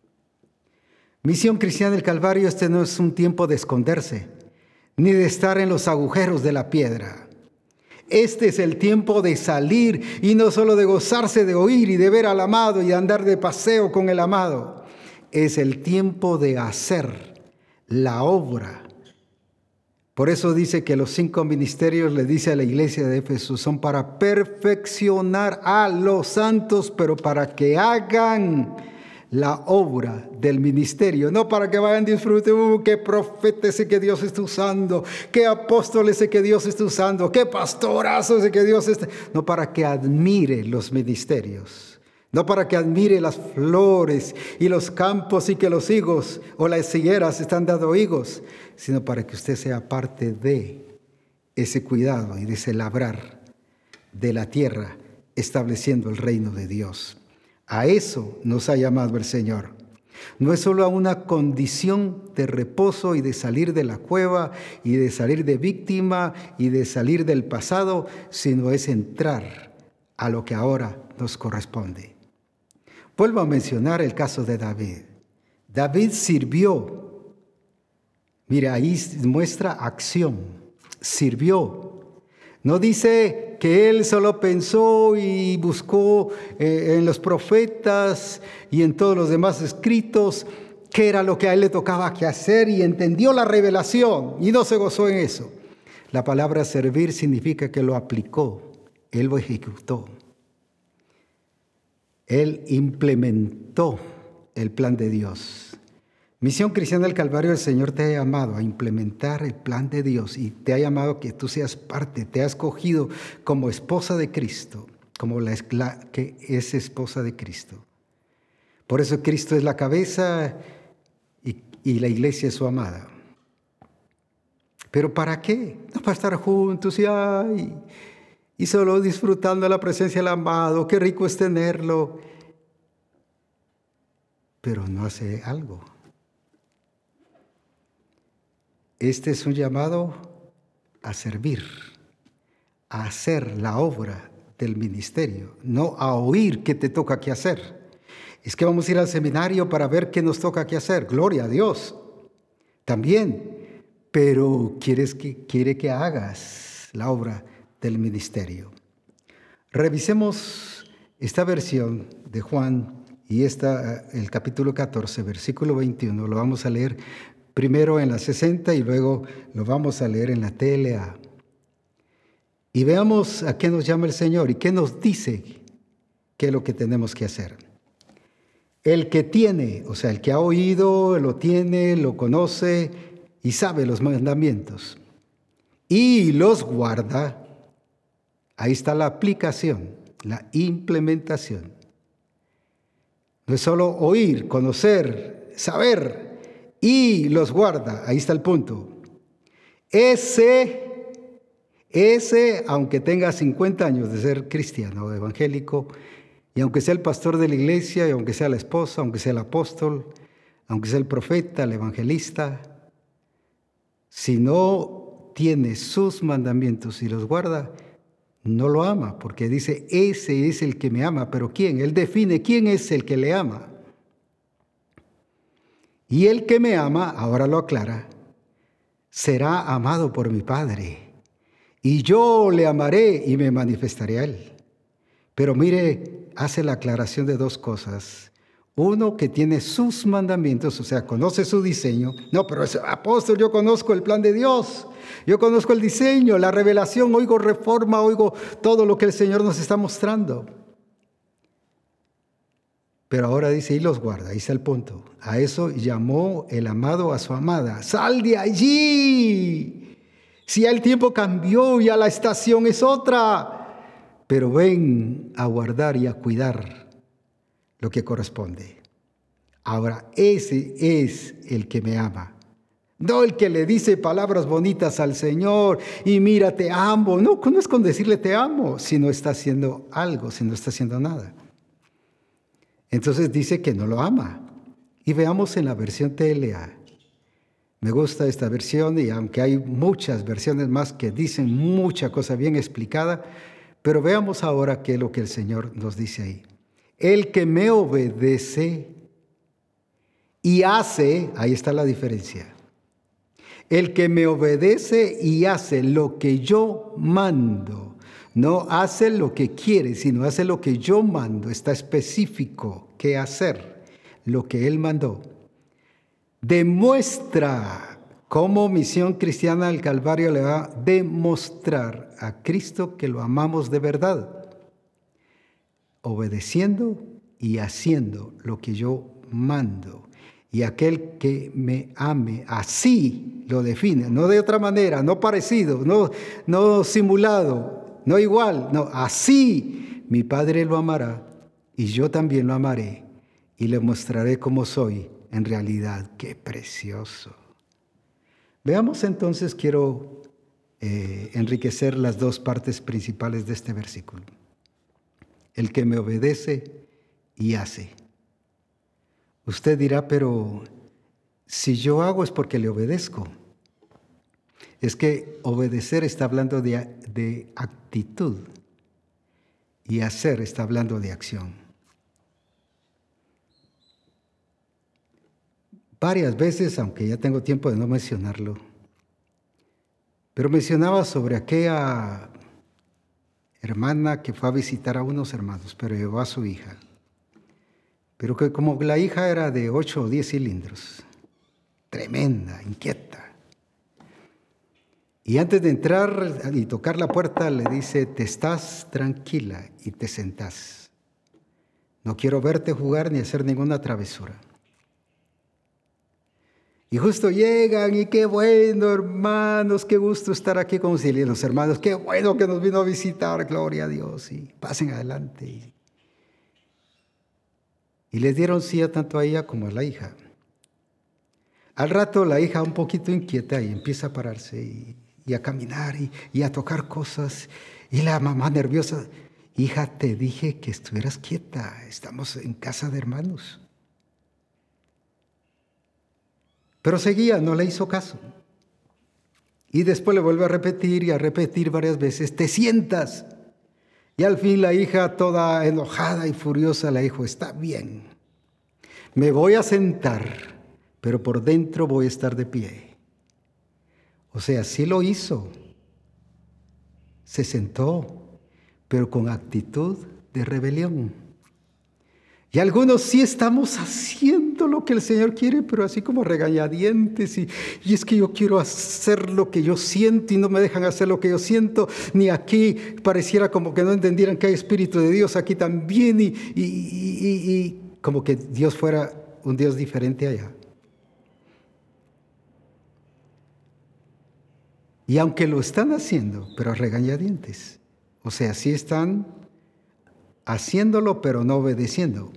Misión Cristiana del Calvario, este no es un tiempo de esconderse, ni de estar en los agujeros de la piedra. Este es el tiempo de salir y no solo de gozarse de oír y de ver al amado y de andar de paseo con el amado. Es el tiempo de hacer la obra. Por eso dice que los cinco ministerios, le dice a la iglesia de Éfeso, son para perfeccionar a los santos, pero para que hagan la obra del ministerio, no para que vayan a disfrutar, uh, qué profeta ese que Dios está usando, qué apóstol ese que Dios está usando, qué pastorazo ese que Dios está, no para que admire los ministerios. No para que admire las flores y los campos y que los higos o las higueras están dando higos, sino para que usted sea parte de ese cuidado y de ese labrar de la tierra, estableciendo el reino de Dios. A eso nos ha llamado el Señor. No es solo a una condición de reposo y de salir de la cueva y de salir de víctima y de salir del pasado, sino es entrar a lo que ahora nos corresponde. Vuelvo a mencionar el caso de David. David sirvió. Mira, ahí muestra acción. Sirvió. No dice que él solo pensó y buscó eh, en los profetas y en todos los demás escritos qué era lo que a él le tocaba que hacer y entendió la revelación y no se gozó en eso. La palabra servir significa que lo aplicó, él lo ejecutó. Él implementó el plan de Dios. Misión Cristiana del Calvario, el Señor te ha llamado a implementar el plan de Dios y te ha llamado a que tú seas parte, te ha escogido como esposa de Cristo como la, la que es esposa de Cristo. Por eso Cristo es la cabeza y, y la iglesia es su amada. ¿Pero para qué? No para estar juntos y, ay, y solo disfrutando la presencia del amado. Qué rico es tenerlo. Pero no hace algo. Este es un llamado a servir, a hacer la obra del ministerio, no a oír qué te toca qué hacer. Es que vamos a ir al seminario para ver qué nos toca qué hacer. Gloria a Dios. También. Pero quieres que, quiere que hagas la obra del ministerio. Revisemos esta versión de Juan y esta, el capítulo catorce, versículo veintiuno. Lo vamos a leer primero en la sesenta y luego lo vamos a leer en la T L A. Y veamos a qué nos llama el Señor y qué nos dice qué es lo que tenemos que hacer. El que tiene, o sea, el que ha oído, lo tiene, lo conoce y sabe los mandamientos y los guarda, ahí está la aplicación, la implementación. No es solo oír, conocer, saber y los guarda, ahí está el punto. Ese, ese, aunque tenga cincuenta años de ser cristiano o evangélico, y aunque sea el pastor de la iglesia, y aunque sea la esposa, aunque sea el apóstol, aunque sea el profeta, el evangelista, si no tiene sus mandamientos y los guarda, no lo ama, porque dice, ese es el que me ama. ¿Pero quién? Él define quién es el que le ama. Y el que me ama, ahora lo aclara, será amado por mi Padre, y yo le amaré y me manifestaré a él. Pero mire, hace la aclaración de dos cosas. Uno, que tiene sus mandamientos, o sea, conoce su diseño. No, pero es apóstol, yo conozco el plan de Dios. Yo conozco el diseño, la revelación, oigo reforma, oigo todo lo que el Señor nos está mostrando. Pero ahora dice, y los guarda, ahí está el punto. A eso llamó el amado a su amada. ¡Sal de allí! Si ya el tiempo cambió, ya la estación es otra. Pero ven a guardar y a cuidar lo que corresponde. Ahora, ese es el que me ama. No el que le dice palabras bonitas al Señor y mira, te amo. No, no es con decirle te amo, si no está haciendo algo, si no está haciendo nada. Entonces dice que no lo ama. Y veamos en la versión T L A. Me gusta esta versión y aunque hay muchas versiones más que dicen mucha cosa bien explicada, pero veamos ahora qué es lo que el Señor nos dice ahí. El que me obedece y hace, ahí está la diferencia. El que me obedece y hace lo que yo mando, no hace lo que quiere, sino hace lo que yo mando, está específico qué hacer, lo que Él mandó. Demuestra cómo Misión Cristiana del Calvario le va a demostrar a Cristo que lo amamos de verdad, obedeciendo y haciendo lo que yo mando. Y aquel que me ame, así lo define, no de otra manera, no parecido, no, no simulado, no igual, no, así mi Padre lo amará y yo también lo amaré y le mostraré cómo soy en realidad. ¡Qué precioso! Veamos entonces, quiero eh, enriquecer las dos partes principales de este versículo. El que me obedece y hace. Usted dirá, pero si yo hago es porque le obedezco. Es que obedecer está hablando de, de actitud y hacer está hablando de acción. Varias veces, aunque ya tengo tiempo de no mencionarlo, pero mencionaba sobre aquella hermana que fue a visitar a unos hermanos, pero llevó a su hija. Pero que como la hija era de ocho o diez cilindros, tremenda, inquieta. Y antes de entrar y tocar la puerta le dice, te estás tranquila y te sentás. No quiero verte jugar ni hacer ninguna travesura. Y justo llegan y qué bueno, hermanos, qué gusto estar aquí con ustedes. Los hermanos, qué bueno que nos vino a visitar, gloria a Dios. Y pasen adelante. Y les dieron silla tanto a ella como a la hija. Al rato la hija un poquito inquieta y empieza a pararse y, y a caminar y, y a tocar cosas. Y la mamá nerviosa, hija, te dije que estuvieras quieta, estamos en casa de hermanos. Pero seguía, no le hizo caso. Y después le vuelve a repetir y a repetir varias veces, te sientas. Y al fin la hija toda enojada y furiosa le dijo, está bien, me voy a sentar, pero por dentro voy a estar de pie. O sea, sí lo hizo. Se sentó, pero con actitud de rebelión. Y algunos sí estamos haciendo lo que el Señor quiere, pero así como regañadientes. Y, y es que yo quiero hacer lo que yo siento y no me dejan hacer lo que yo siento. Ni aquí pareciera como que no entendieran que hay Espíritu de Dios aquí también. Y, y, y, y, y como que Dios fuera un Dios diferente allá. Y aunque lo están haciendo, pero a regañadientes. O sea, sí están haciéndolo, pero no obedeciendo.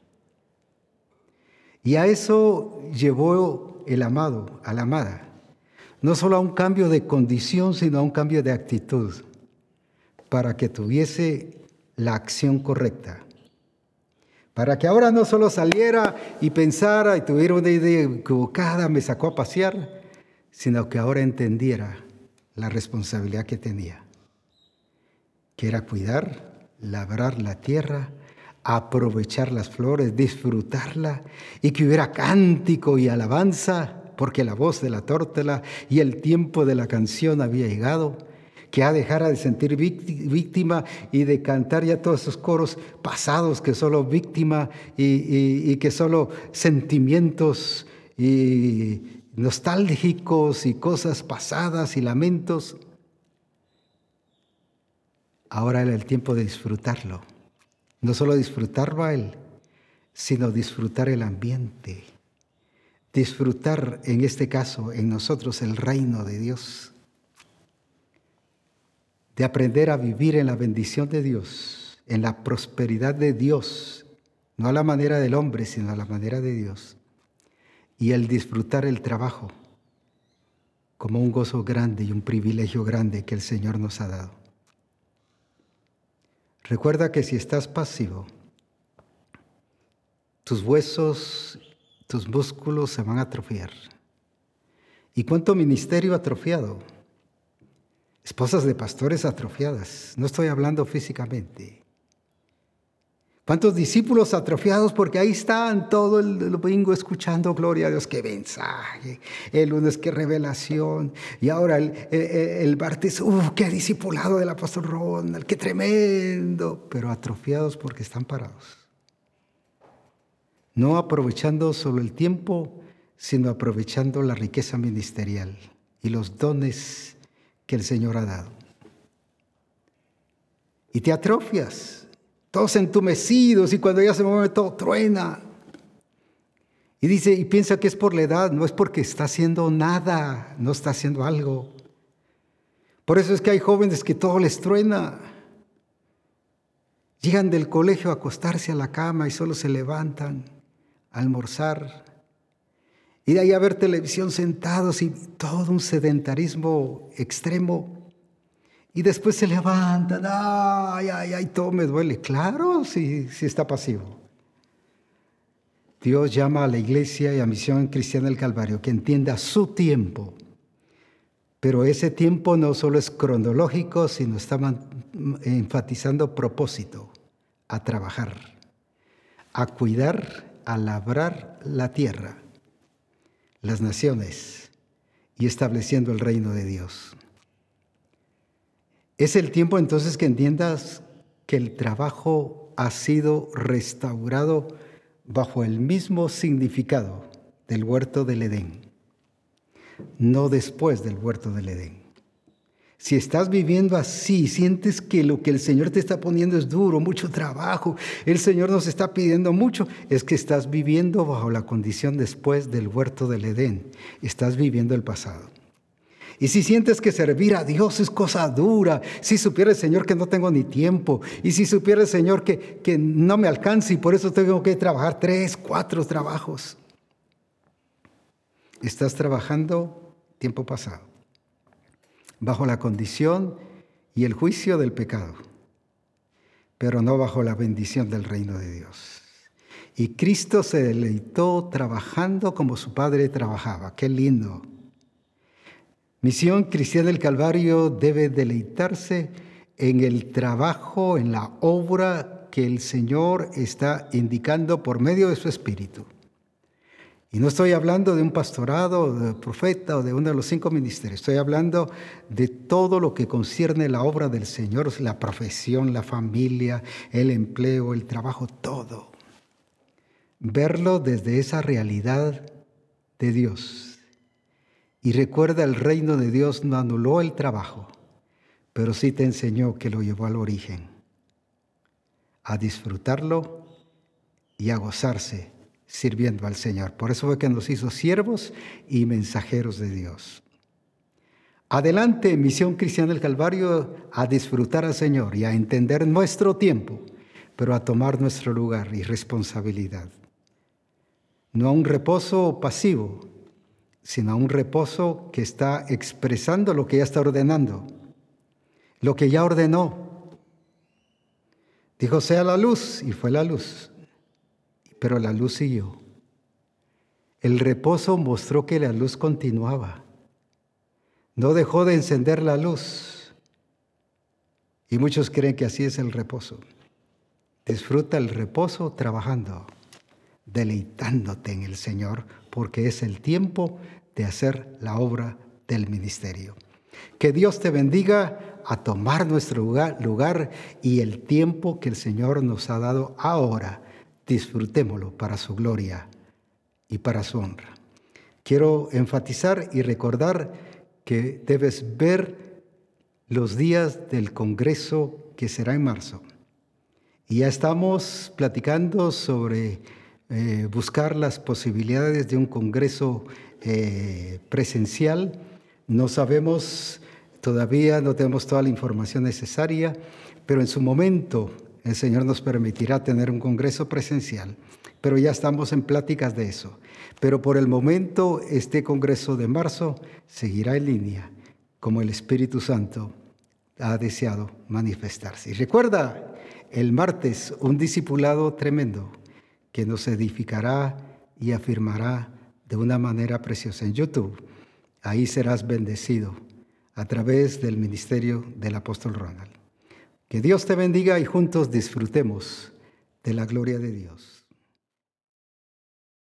Y a eso llevó el amado, a la amada. No solo a un cambio de condición, sino a un cambio de actitud, para que tuviese la acción correcta. Para que ahora no solo saliera y pensara y tuviera una idea equivocada, me sacó a pasear, sino que ahora entendiera la responsabilidad que tenía, que era cuidar, labrar la tierra, aprovechar las flores, disfrutarla, y que hubiera cántico y alabanza, porque la voz de la tórtola y el tiempo de la canción había llegado, que ya dejara de sentir víctima y de cantar ya todos esos coros pasados que solo víctima y, y, y que solo sentimientos y nostálgicos y cosas pasadas y lamentos. Ahora era el tiempo de disfrutarlo. No solo disfrutarlo a él, sino disfrutar el ambiente. Disfrutar, en este caso, en nosotros, el reino de Dios. De aprender a vivir en la bendición de Dios, en la prosperidad de Dios, no a la manera del hombre, sino a la manera de Dios. Y el disfrutar el trabajo como un gozo grande y un privilegio grande que el Señor nos ha dado. Recuerda que si estás pasivo, tus huesos, tus músculos se van a atrofiar. ¿Y cuánto ministerio atrofiado? Esposas de pastores atrofiadas. No estoy hablando físicamente. ¿Cuántos discípulos atrofiados? Porque ahí están todo el domingo escuchando, gloria a Dios, qué mensaje. El lunes, qué revelación. Y ahora el, el, el martes, ¡uh, qué discipulado del apóstol Ronald! ¡Qué tremendo! Pero atrofiados porque están parados. No aprovechando solo el tiempo, sino aprovechando la riqueza ministerial y los dones que el Señor ha dado. Y te atrofias. Todos entumecidos y cuando ya se mueve todo truena. Y dice, y piensa que es por la edad, no es porque está haciendo nada, no está haciendo algo. Por eso es que hay jóvenes que todo les truena. Llegan del colegio a acostarse a la cama y solo se levantan a almorzar. Y de ahí a ver televisión sentados y todo un sedentarismo extremo. Y después se levantan, ay, ay, ay, todo me duele. Claro, si, si está pasivo. Dios llama a la iglesia y a Misión Cristiana del Calvario que entienda su tiempo. Pero ese tiempo no solo es cronológico, sino está enfatizando propósito, a trabajar, a cuidar, a labrar la tierra, las naciones y estableciendo el reino de Dios. Es el tiempo entonces que entiendas que el trabajo ha sido restaurado bajo el mismo significado del huerto del Edén, no después del huerto del Edén. Si estás viviendo así, sientes que lo que el Señor te está poniendo es duro, mucho trabajo, el Señor nos está pidiendo mucho, es que estás viviendo bajo la condición después del huerto del Edén. Estás viviendo el pasado. Y si sientes que servir a Dios es cosa dura, si supiera el Señor que no tengo ni tiempo, y si supiera el Señor que, que no me alcanza y por eso tengo que trabajar tres, cuatro trabajos, estás trabajando tiempo pasado, bajo la condición y el juicio del pecado, pero no bajo la bendición del reino de Dios. Y Cristo se deleitó trabajando como su Padre trabajaba. ¡Qué lindo! Misión Cristiana del Calvario debe deleitarse en el trabajo, en la obra que el Señor está indicando por medio de su Espíritu. Y no estoy hablando de un pastorado, de profeta o de uno de los cinco ministerios. Estoy hablando de todo lo que concierne la obra del Señor, la profesión, la familia, el empleo, el trabajo, todo. Verlo desde esa realidad de Dios. Y recuerda, el reino de Dios no anuló el trabajo, pero sí te enseñó que lo llevó al origen, a disfrutarlo y a gozarse sirviendo al Señor. Por eso fue que nos hizo siervos y mensajeros de Dios. Adelante, Misión Cristiana del Calvario, a disfrutar al Señor y a entender nuestro tiempo, pero a tomar nuestro lugar y responsabilidad. No a un reposo pasivo, sino a un reposo que está expresando lo que ya está ordenando, lo que ya ordenó. Dijo, sea la luz, y fue la luz, pero la luz siguió. El reposo mostró que la luz continuaba. No dejó de encender la luz. Y muchos creen que así es el reposo. Disfruta el reposo trabajando, deleitándote en el Señor, porque es el tiempo de hacer la obra del ministerio. Que Dios te bendiga a tomar nuestro lugar, lugar y el tiempo que el Señor nos ha dado ahora. Disfrutémoslo para su gloria y para su honra. Quiero enfatizar y recordar que debes ver los días del Congreso que será en marzo. Y ya estamos platicando sobre eh, buscar las posibilidades de un Congreso eh, presencial. No sabemos todavía, no tenemos toda la información necesaria, pero en su momento el Señor nos permitirá tener un Congreso presencial. Pero ya estamos en pláticas de eso. Pero por el momento este Congreso de marzo seguirá en línea, como el Espíritu Santo ha deseado manifestarse. Y recuerda, el martes, un discipulado tremendo que nos edificará y afirmará de una manera preciosa en YouTube. Ahí serás bendecido a través del ministerio del apóstol Ronald. Que Dios te bendiga y juntos disfrutemos de la gloria de Dios.